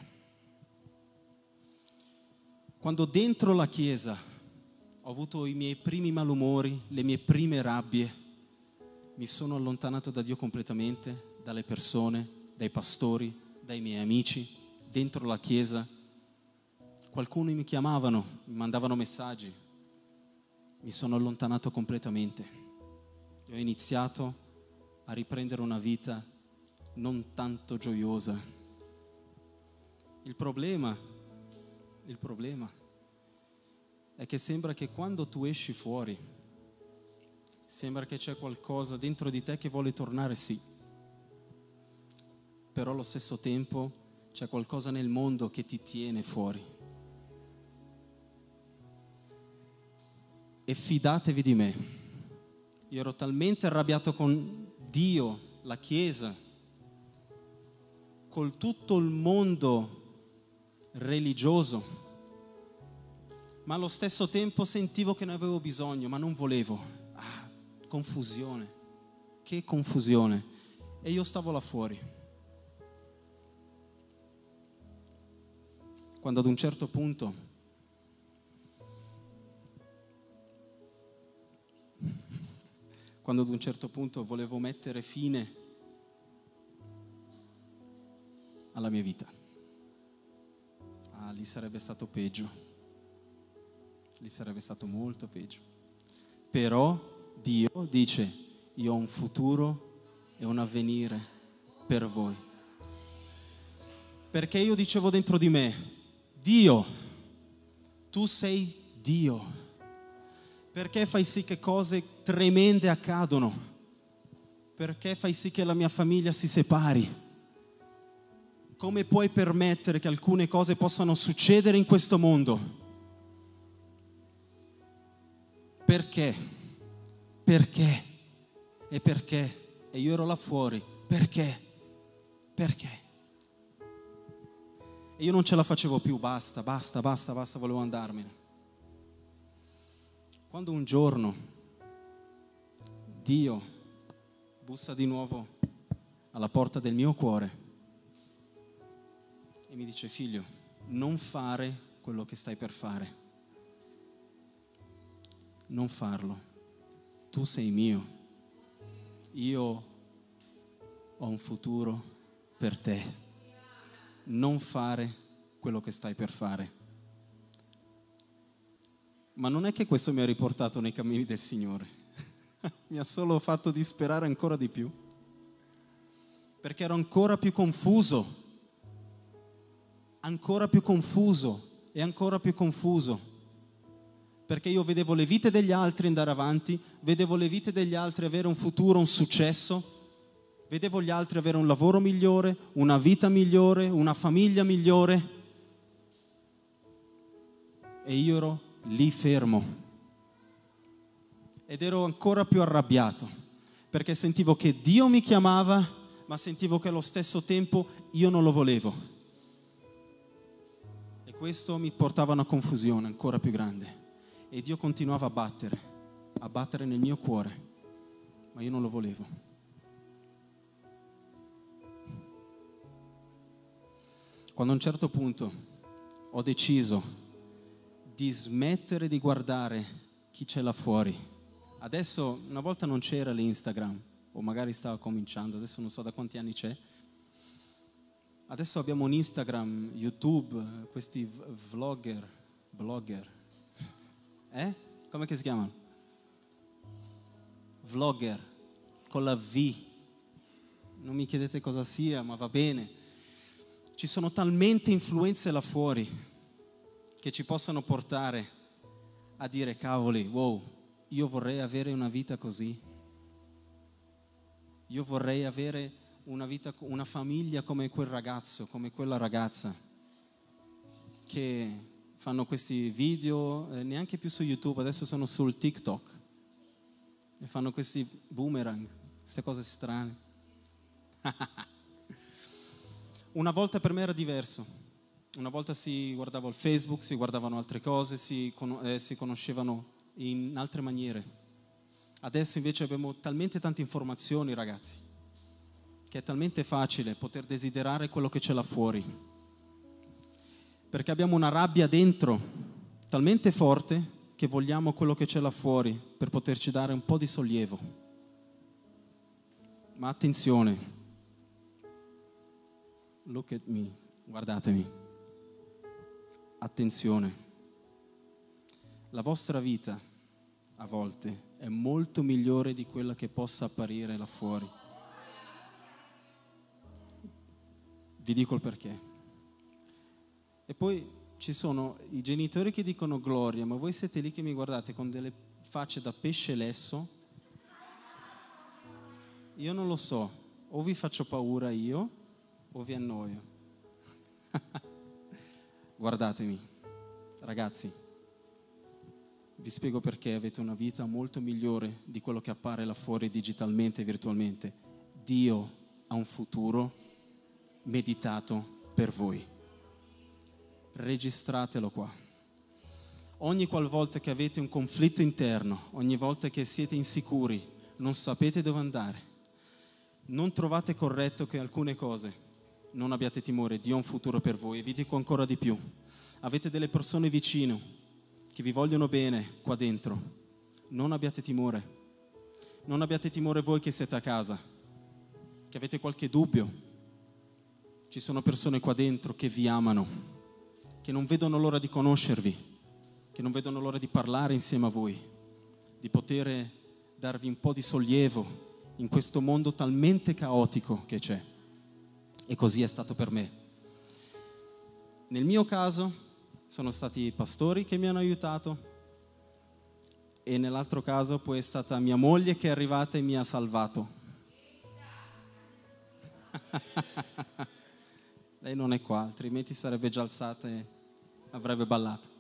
Speaker 5: Quando dentro la chiesa ho avuto i miei primi malumori, le mie prime rabbie, mi sono allontanato da Dio completamente, dalle persone, dai pastori, dai miei amici, dentro la chiesa. Qualcuno mi chiamavano, mi mandavano messaggi. Mi sono allontanato completamente e ho iniziato a riprendere una vita non tanto gioiosa. Il problema è che sembra che quando tu esci fuori, sembra che c'è qualcosa dentro di te che vuole tornare, sì, però allo stesso tempo c'è qualcosa nel mondo che ti tiene fuori. E fidatevi di me, io ero talmente arrabbiato con Dio, la Chiesa, col tutto il mondo religioso, ma allo stesso tempo sentivo che ne avevo bisogno, ma non volevo. Confusione, che confusione. E io stavo là fuori, quando ad un certo punto quando ad un certo punto volevo mettere fine alla mia vita. Lì sarebbe stato peggio. Lì sarebbe stato molto peggio. Però Dio dice: io ho un futuro e un avvenire per voi. Perché io dicevo dentro di me: Dio, tu sei Dio. Perché fai sì che cose tremende accadono? Perché fai sì che la mia famiglia si separi? Come puoi permettere che alcune cose possano succedere in questo mondo? Perché? Perché? E perché? E io ero là fuori. Perché? Perché? E io non ce la facevo più, basta, volevo andarmene. Quando un giorno Dio bussa di nuovo alla porta del mio cuore e mi dice: figlio, non fare quello che stai per fare. Non farlo. Tu sei mio. Io ho un futuro per te. Non fare quello che stai per fare. Ma non è che questo mi ha riportato nei cammini del Signore. Mi ha solo fatto disperare ancora di più. Perché ero ancora più confuso. Ancora più confuso e ancora più confuso. Perché io vedevo le vite degli altri andare avanti, vedevo le vite degli altri avere un futuro, un successo, vedevo gli altri avere un lavoro migliore, una vita migliore, una famiglia migliore. E io ero lì fermo. Ed ero ancora più arrabbiato, perché sentivo che Dio mi chiamava, ma sentivo che allo stesso tempo io non lo volevo. E questo mi portava a una confusione ancora più grande. E Dio continuava a battere nel mio cuore, ma io non lo volevo. Quando a un certo punto ho deciso di smettere di guardare chi c'è là fuori. Adesso, una volta non c'era l'Instagram, o magari stava cominciando, adesso non so da quanti anni c'è. Adesso abbiamo un Instagram, YouTube, questi blogger. Come che si chiamano? Vlogger, con la V. Non mi chiedete cosa sia, ma va bene. Ci sono talmente influenze là fuori che ci possono portare a dire: cavoli, wow, io vorrei avere una vita così. Io vorrei avere una vita, una famiglia come quel ragazzo, come quella ragazza, che fanno questi video, neanche più su YouTube, adesso sono sul TikTok e fanno questi boomerang, queste cose strane. Una volta per me era diverso. Una volta si guardava il Facebook, si guardavano altre cose, si conoscevano in altre maniere. Adesso invece abbiamo talmente tante informazioni, ragazzi, che è talmente facile poter desiderare quello che c'è là fuori. Perché abbiamo una rabbia dentro talmente forte che vogliamo quello che c'è là fuori per poterci dare un po' di sollievo. Ma attenzione, look at me, guardatemi, attenzione, la vostra vita a volte è molto migliore di quella che possa apparire là fuori. Vi dico il perché. E poi ci sono i genitori che dicono gloria, ma voi siete lì che mi guardate con delle facce da pesce lesso. Io non lo so, o vi faccio paura io o vi annoio. Guardatemi, ragazzi, vi spiego perché avete una vita molto migliore di quello che appare là fuori digitalmente e virtualmente. Dio ha un futuro meditato per voi. Registratelo qua. Ogni qualvolta che avete un conflitto interno, ogni volta che siete insicuri, non sapete dove andare, non trovate corretto che alcune cose, non abbiate timore, Dio ha un futuro per voi. E vi dico ancora di più, avete delle persone vicino che vi vogliono bene qua dentro, non abbiate timore, Non abbiate timore voi che siete a casa, che avete qualche dubbio. Ci sono persone qua dentro che vi amano, che non vedono l'ora di conoscervi, che non vedono l'ora di parlare insieme a voi, di poter darvi un po' di sollievo in questo mondo talmente caotico che c'è. E così è stato per me. Nel mio caso sono stati i pastori che mi hanno aiutato, e nell'altro caso poi è stata mia moglie che è arrivata e mi ha salvato. Lei non è qua, altrimenti sarebbe già alzata e avrebbe ballato.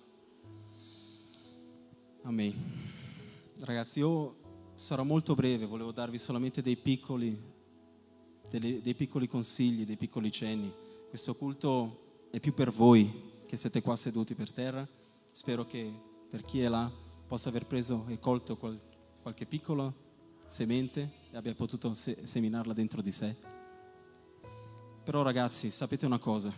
Speaker 5: Amen. Ragazzi, io sarò molto breve, volevo darvi solamente dei piccoli consigli, dei piccoli cenni. Questo culto è più per voi che siete qua seduti per terra. Spero che per chi è là possa aver preso e colto qualche piccola semente e abbia potuto seminarla dentro di sé. Però ragazzi, sappiate una cosa,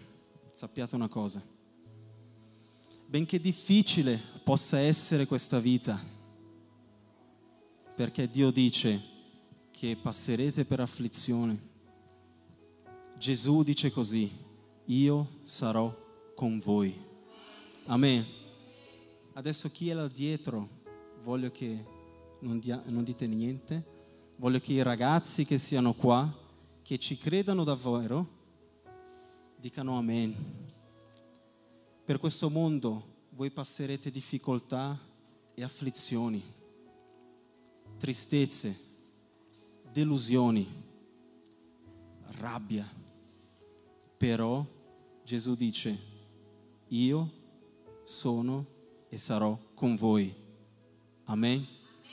Speaker 5: benché difficile possa essere questa vita, perché Dio dice che passerete per afflizione, Gesù dice così: io sarò con voi. Amen. Adesso chi è là dietro, voglio che non dite niente, voglio che i ragazzi che siano qua, che ci credano davvero, dicano amen. Per questo mondo voi passerete difficoltà e afflizioni, tristezze, delusioni, rabbia. Però Gesù dice: io sono e sarò con voi. Amen.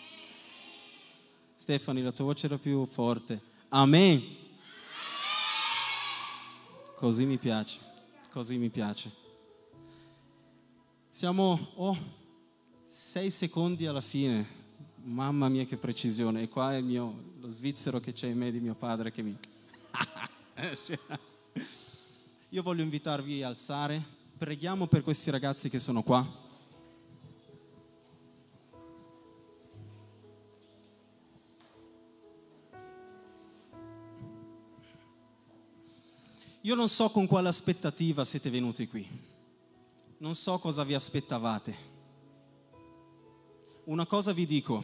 Speaker 5: Stefani, la tua voce era più forte. Amen. Così mi piace, così mi piace. Siamo 6 secondi alla fine. Mamma mia che precisione. E qua è lo svizzero che c'è in me di mio padre che mi... Io voglio invitarvi a alzare. Preghiamo per questi ragazzi che sono qua. Io non so con quale aspettativa siete venuti qui, non so cosa vi aspettavate. Una cosa vi dico: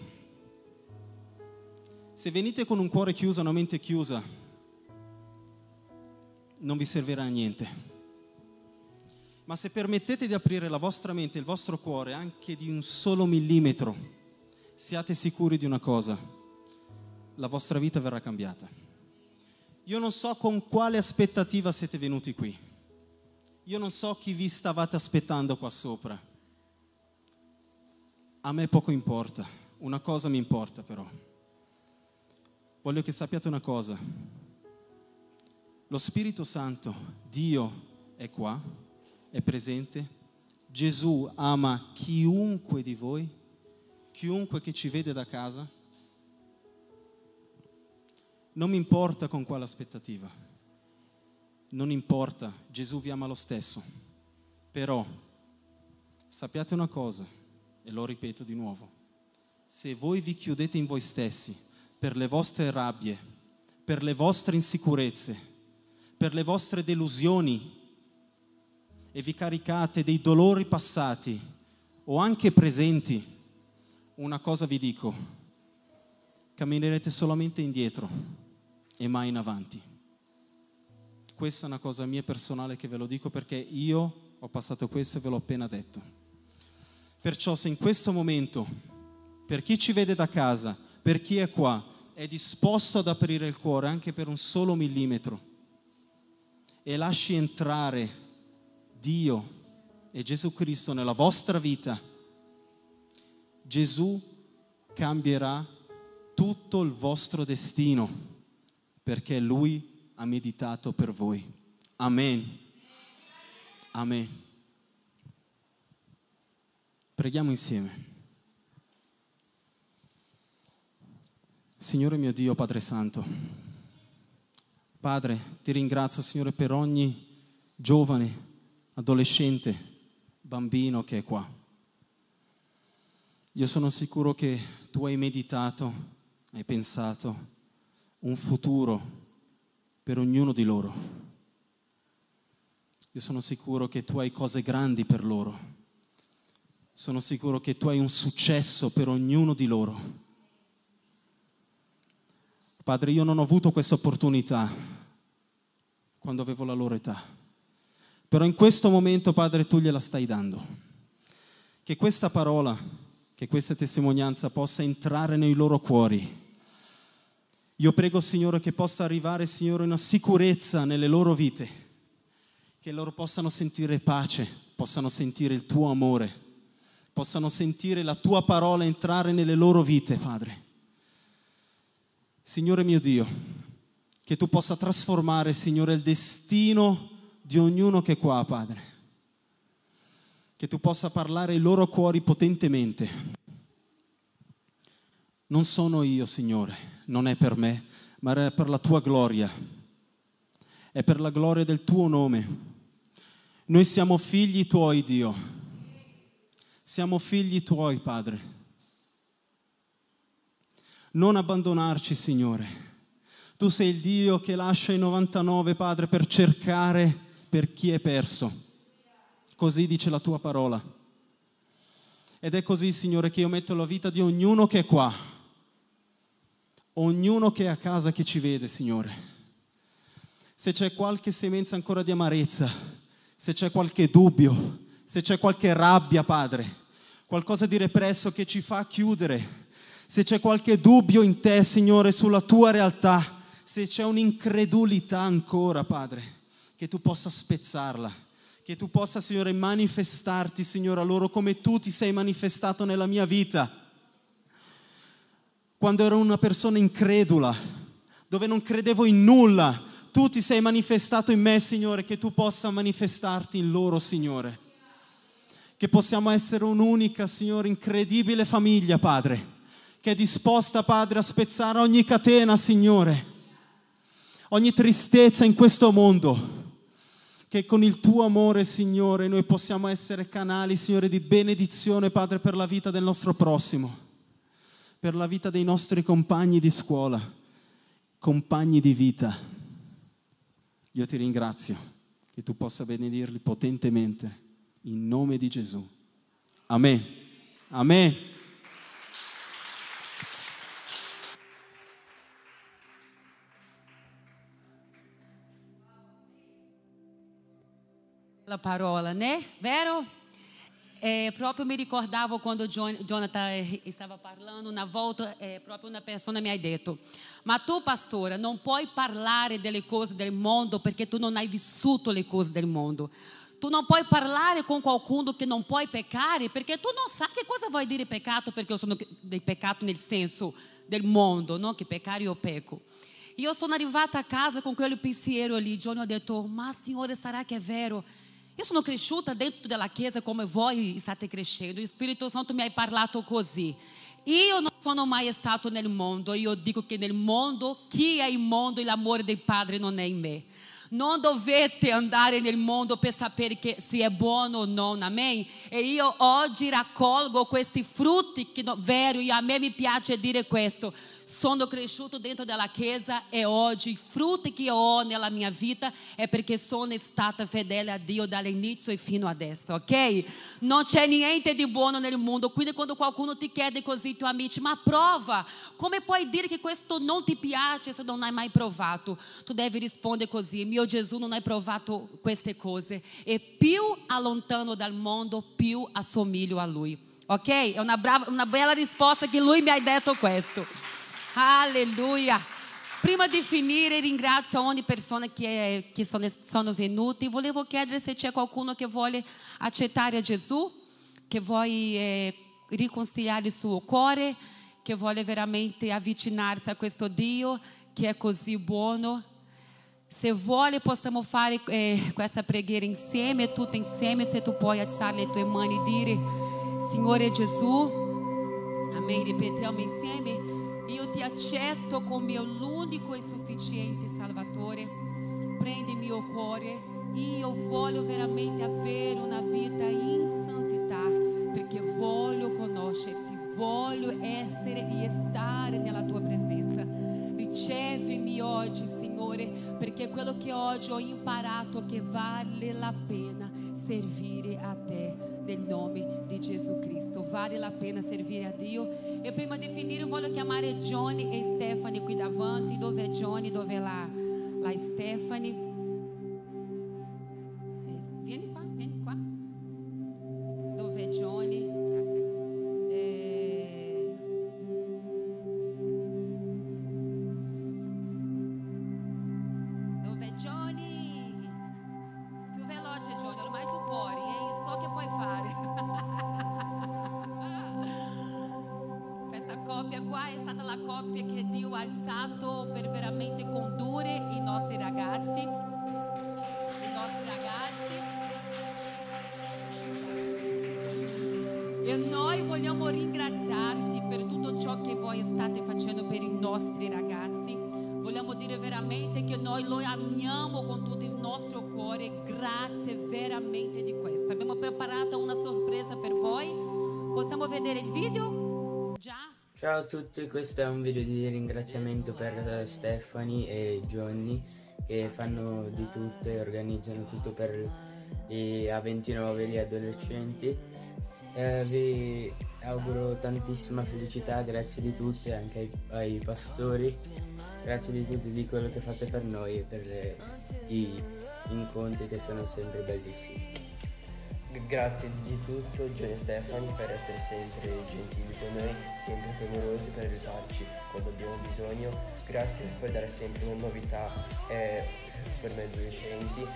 Speaker 5: se venite con un cuore chiuso, una mente chiusa, non vi servirà a niente. Ma se permettete di aprire la vostra mente e il vostro cuore anche di un solo millimetro, siate sicuri di una cosa: la vostra vita verrà cambiata. Io non so con quale aspettativa siete venuti qui. Io non so chi vi stavate aspettando qua sopra. A me poco importa. Una cosa mi importa però. Voglio che sappiate una cosa. Lo Spirito Santo, Dio, è qua, è presente. Gesù ama chiunque di voi, chiunque che ci vede da casa. Non mi importa con quale aspettativa, non importa, Gesù vi ama lo stesso. Però sappiate una cosa, e lo ripeto di nuovo: se voi vi chiudete in voi stessi per le vostre rabbie, per le vostre insicurezze, per le vostre delusioni, e vi caricate dei dolori passati o anche presenti, una cosa vi dico: camminerete solamente indietro e mai in avanti. Questa è una cosa mia personale che ve lo dico perché io ho passato questo e ve l'ho appena detto. Perciò se in questo momento, per chi ci vede da casa, per chi è qua, è disposto ad aprire il cuore anche per un solo millimetro e lasci entrare Dio e Gesù Cristo nella vostra vita, Gesù cambierà tutto il vostro destino, perché Lui ha meditato per voi. Amen. Amen. Preghiamo insieme. Signore mio Dio, Padre Santo, Padre, ti ringrazio, Signore, per ogni giovane, adolescente, bambino che è qua. Io sono sicuro che tu hai meditato hai pensato un futuro per ognuno di loro. Io sono sicuro che tu hai cose grandi per loro. Sono sicuro che tu hai un successo per ognuno di loro. Padre, io non ho avuto questa opportunità quando avevo la loro età. Però in questo momento, Padre, tu gliela stai dando. Che questa parola, che questa testimonianza possa entrare nei loro cuori. Io prego, Signore, che possa arrivare, Signore, una sicurezza nelle loro vite, che loro possano sentire pace, possano sentire il tuo amore, possano sentire la tua parola entrare nelle loro vite, Padre. Signore mio Dio, che tu possa trasformare, Signore, il destino di ognuno che è qua, Padre. Che tu possa parlare ai loro cuori potentemente. Non sono io, Signore, non è per me, ma è per la tua gloria. È per la gloria del tuo nome. Noi siamo figli tuoi, Dio. Siamo figli tuoi, Padre. Non abbandonarci, Signore. Tu sei il Dio che lascia i 99, Padre, per cercare per chi è perso. Così dice la tua parola. Ed è così, Signore, che io metto la vita di ognuno che è qua. Ognuno che è a casa che ci vede, Signore. Se c'è qualche semenza ancora di amarezza, se c'è qualche dubbio, se c'è qualche rabbia, Padre, qualcosa di represso che ci fa chiudere, se c'è qualche dubbio in te, Signore, sulla tua realtà, se c'è un'incredulità ancora, Padre, che tu possa spezzarla, che tu possa, Signore, manifestarti, Signore, a loro come tu ti sei manifestato nella mia vita. Quando ero una persona incredula, dove non credevo in nulla, tu ti sei manifestato in me, Signore, che tu possa manifestarti in loro, Signore. Che possiamo essere un'unica, Signore, incredibile famiglia, Padre, che è disposta, Padre, a spezzare ogni catena, Signore, ogni tristezza in questo mondo. Che con il tuo amore, Signore, noi possiamo essere canali, Signore, di benedizione, Padre, per la vita del nostro prossimo, per la vita dei nostri compagni di scuola, compagni di vita. Io ti ringrazio che tu possa benedirli potentemente, in nome di Gesù. Amen. Amen.
Speaker 4: La parola, né? Vero? Proprio mi ricordavo quando Jonathan stava parlando, una volta proprio una persona mi ha detto: ma tu, pastora, non puoi parlare delle cose del mondo perché tu non hai vissuto le cose del mondo. Tu non puoi parlare con qualcuno che non puoi peccare perché tu non sai che cosa vuol dire peccato, perché io sono del peccato nel senso del mondo, no? Che peccare io pecco. Io sono arrivata a casa con quel pensiero lì. John ha detto: ma Signore, sarà che è vero? Io sono cresciuta dentro della chiesa come voi state crescendo. Il Spirito Santo mi ha parlato così. Io non sono mai stato nel mondo. Io dico che nel mondo, chi è il mondo, l'amore del Padre non è in me. Non dovete andare nel mondo per sapere che se è buono o non, amen? E io oggi raccolgo questi frutti, che vero, e a me mi piace dire questo. Sono cresciuto dentro della chiesa e oggi i frutti che io ho nella mia vita è perché sono stata fedele a Dio dall'inizio e fino adesso, ok? Non c'è niente di buono nel mondo, quindi quando qualcuno ti chiede così, tu amici, ma prova, come puoi dire che questo non ti piace se non hai mai provato? Tu devi rispondere così: mio Gesù, non hai provato queste cose, e più allontano dal mondo, più assomiglio a Lui, ok? È una bella risposta che Lui mi ha detto questo. Alleluia. Prima di finire, ringrazio ogni persona che sono venute. Volevo chiedere se c'è qualcuno che vuole accettare Gesù, che vuole riconciliare il suo cuore, che vuole veramente avvicinarsi a questo Dio che è così buono. Se vuole, possiamo fare questa preghiera insieme, tutti insieme. Se tu puoi alzare le tue mani e dire: Signore Gesù, amen, ripetiamo insieme: io ti accetto come l'unico e sufficiente Salvatore. Prendi il mio cuore. Io voglio veramente avere una vita in santità, perché voglio conoscerti, voglio essere e stare nella tua presenza. Ricevimi oggi, Signore, perché quello che oggi ho imparato che vale la pena servire a te, nel nome di Gesù Cristo. Vale la pena servire a Dio. E prima di finire voglio chiamare Johnny e Stephanie qui davanti. Dove è Johnny? Dove è la Stephanie? Vieni qua, vieni qua. Dove è Johnny? Dove è Johnny? Più veloce, Johnny, ormai tu puoi, so che puoi fare. Questa coppia qua è stata la coppia che Dio ha alzato per veramente condurre i nostri ragazzi. E noi vogliamo ringraziarti per tutto ciò che voi state facendo per i nostri ragazzi. Vogliamo dire veramente che noi lo amiamo con tutto il nostro cuore. Grazie veramente di questo. Abbiamo preparato una sorpresa per voi. Possiamo vedere il video? Già?
Speaker 6: Ciao a tutti, questo è un video di ringraziamento per Stephanie e Johnny che fanno di tutto e organizzano tutto per gli A29, gli adolescenti. Vi auguro tantissima felicità, grazie di tutti, anche ai pastori, grazie di tutti di quello che fate per noi e per gli incontri che sono sempre bellissimi.
Speaker 7: Grazie di tutto Johnny e Stephanie per essere sempre gentili con noi, sempre favolosi per aiutarci quando abbiamo bisogno. Grazie per dare sempre una novità per noi adolescenti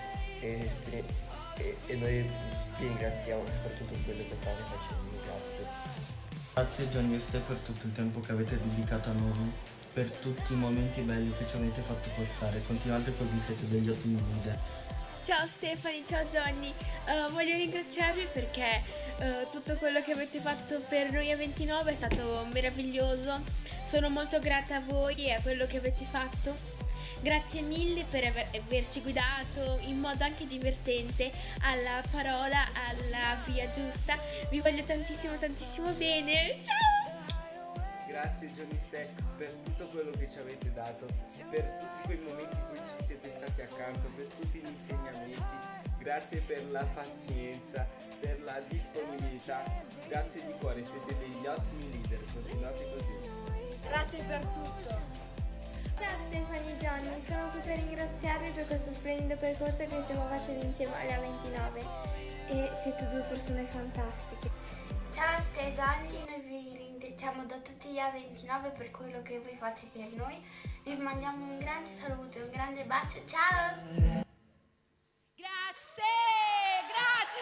Speaker 7: e noi vi ringraziamo per tutto quello che state facendo. Grazie.
Speaker 8: Grazie Johnny e Ste per tutto il tempo che avete dedicato a noi, per tutti i momenti belli che ci avete fatto passare. Continuate così, siete degli ottimi leader.
Speaker 9: Ciao Stephanie, ciao Johnny, voglio ringraziarvi perché tutto quello che avete fatto per noi A29 è stato meraviglioso. Sono molto grata a voi e a quello che avete fatto. Grazie mille per averci guidato in modo anche divertente alla parola, alla via giusta. Vi voglio tantissimo tantissimo bene. Ciao!
Speaker 2: Grazie Johnny Ste per tutto quello che ci avete dato, per tutti quei momenti in cui ci siete stati accanto, per tutti gli insegnamenti. Grazie per la pazienza, per la disponibilità. Grazie di cuore, siete degli ottimi leader, continuate così.
Speaker 9: Grazie per tutto.
Speaker 10: Ciao Stephanie e Johnny, sono qui per ringraziarvi per questo splendido percorso che stiamo facendo insieme alle A29 e siete due persone fantastiche.
Speaker 11: Ciao Ste e Johnny, noi vi ringraziamo da tutti gli A29 per quello che voi fate per noi. Vi mandiamo un grande saluto e un grande bacio. Ciao!
Speaker 4: Grazie, grazie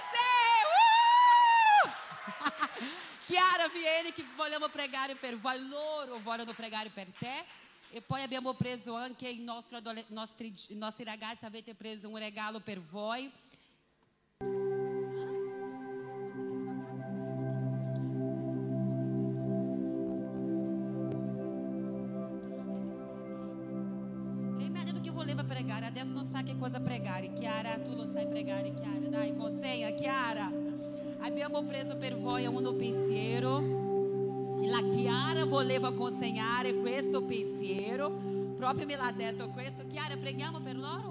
Speaker 4: Ste! Chiara, vieni che vogliamo pregare per voi, loro vogliono pregare per te. E poi abbiamo preso anche i nostri ragazzi, avete preso un regalo per voi. Lei mi ha detto che voleva pregare, adesso non sa che cosa pregare. Chiara, tu lo sai pregare, Chiara? Dai, consegna, Chiara. Abbiamo preso per voi uno pensiero. La Chiara voleva consegnare questo pensiero, proprio me l'ha detto questo. Chiara, preghiamo per loro?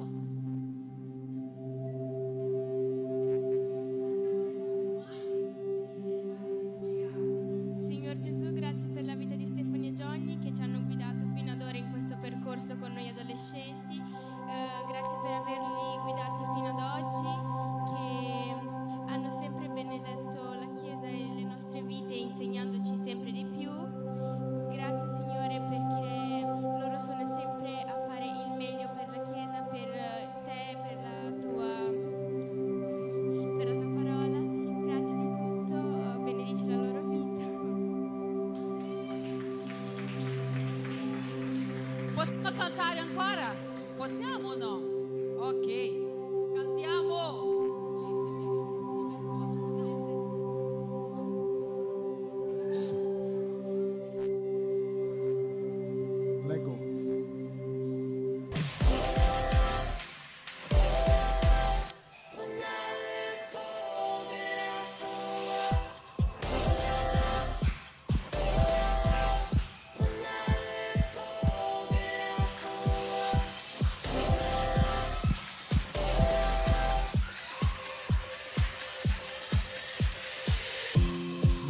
Speaker 9: Signor Gesù, grazie per la vita di Stephanie e Johnny che ci hanno guidato fino ad ora in questo percorso con noi adolescenti. Grazie per averli guidati fino ad oggi, che hanno sempre benedetto la Chiesa e le nostre vite, insegnandoci sempre di più. Grazie Signore perché loro sono sempre a fare il meglio per la Chiesa, per te, per la tua parola. Grazie di tutto, benedici la loro vita.
Speaker 4: Possiamo cantare ancora? Possiamo o no? Ok, cantiamo.
Speaker 1: Leggo.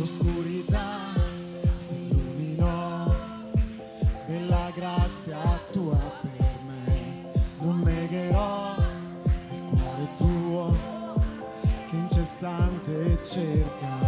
Speaker 2: l'oscurità si illuminò della grazia tua per me. Non negherò il cuore tuo che incessante cerca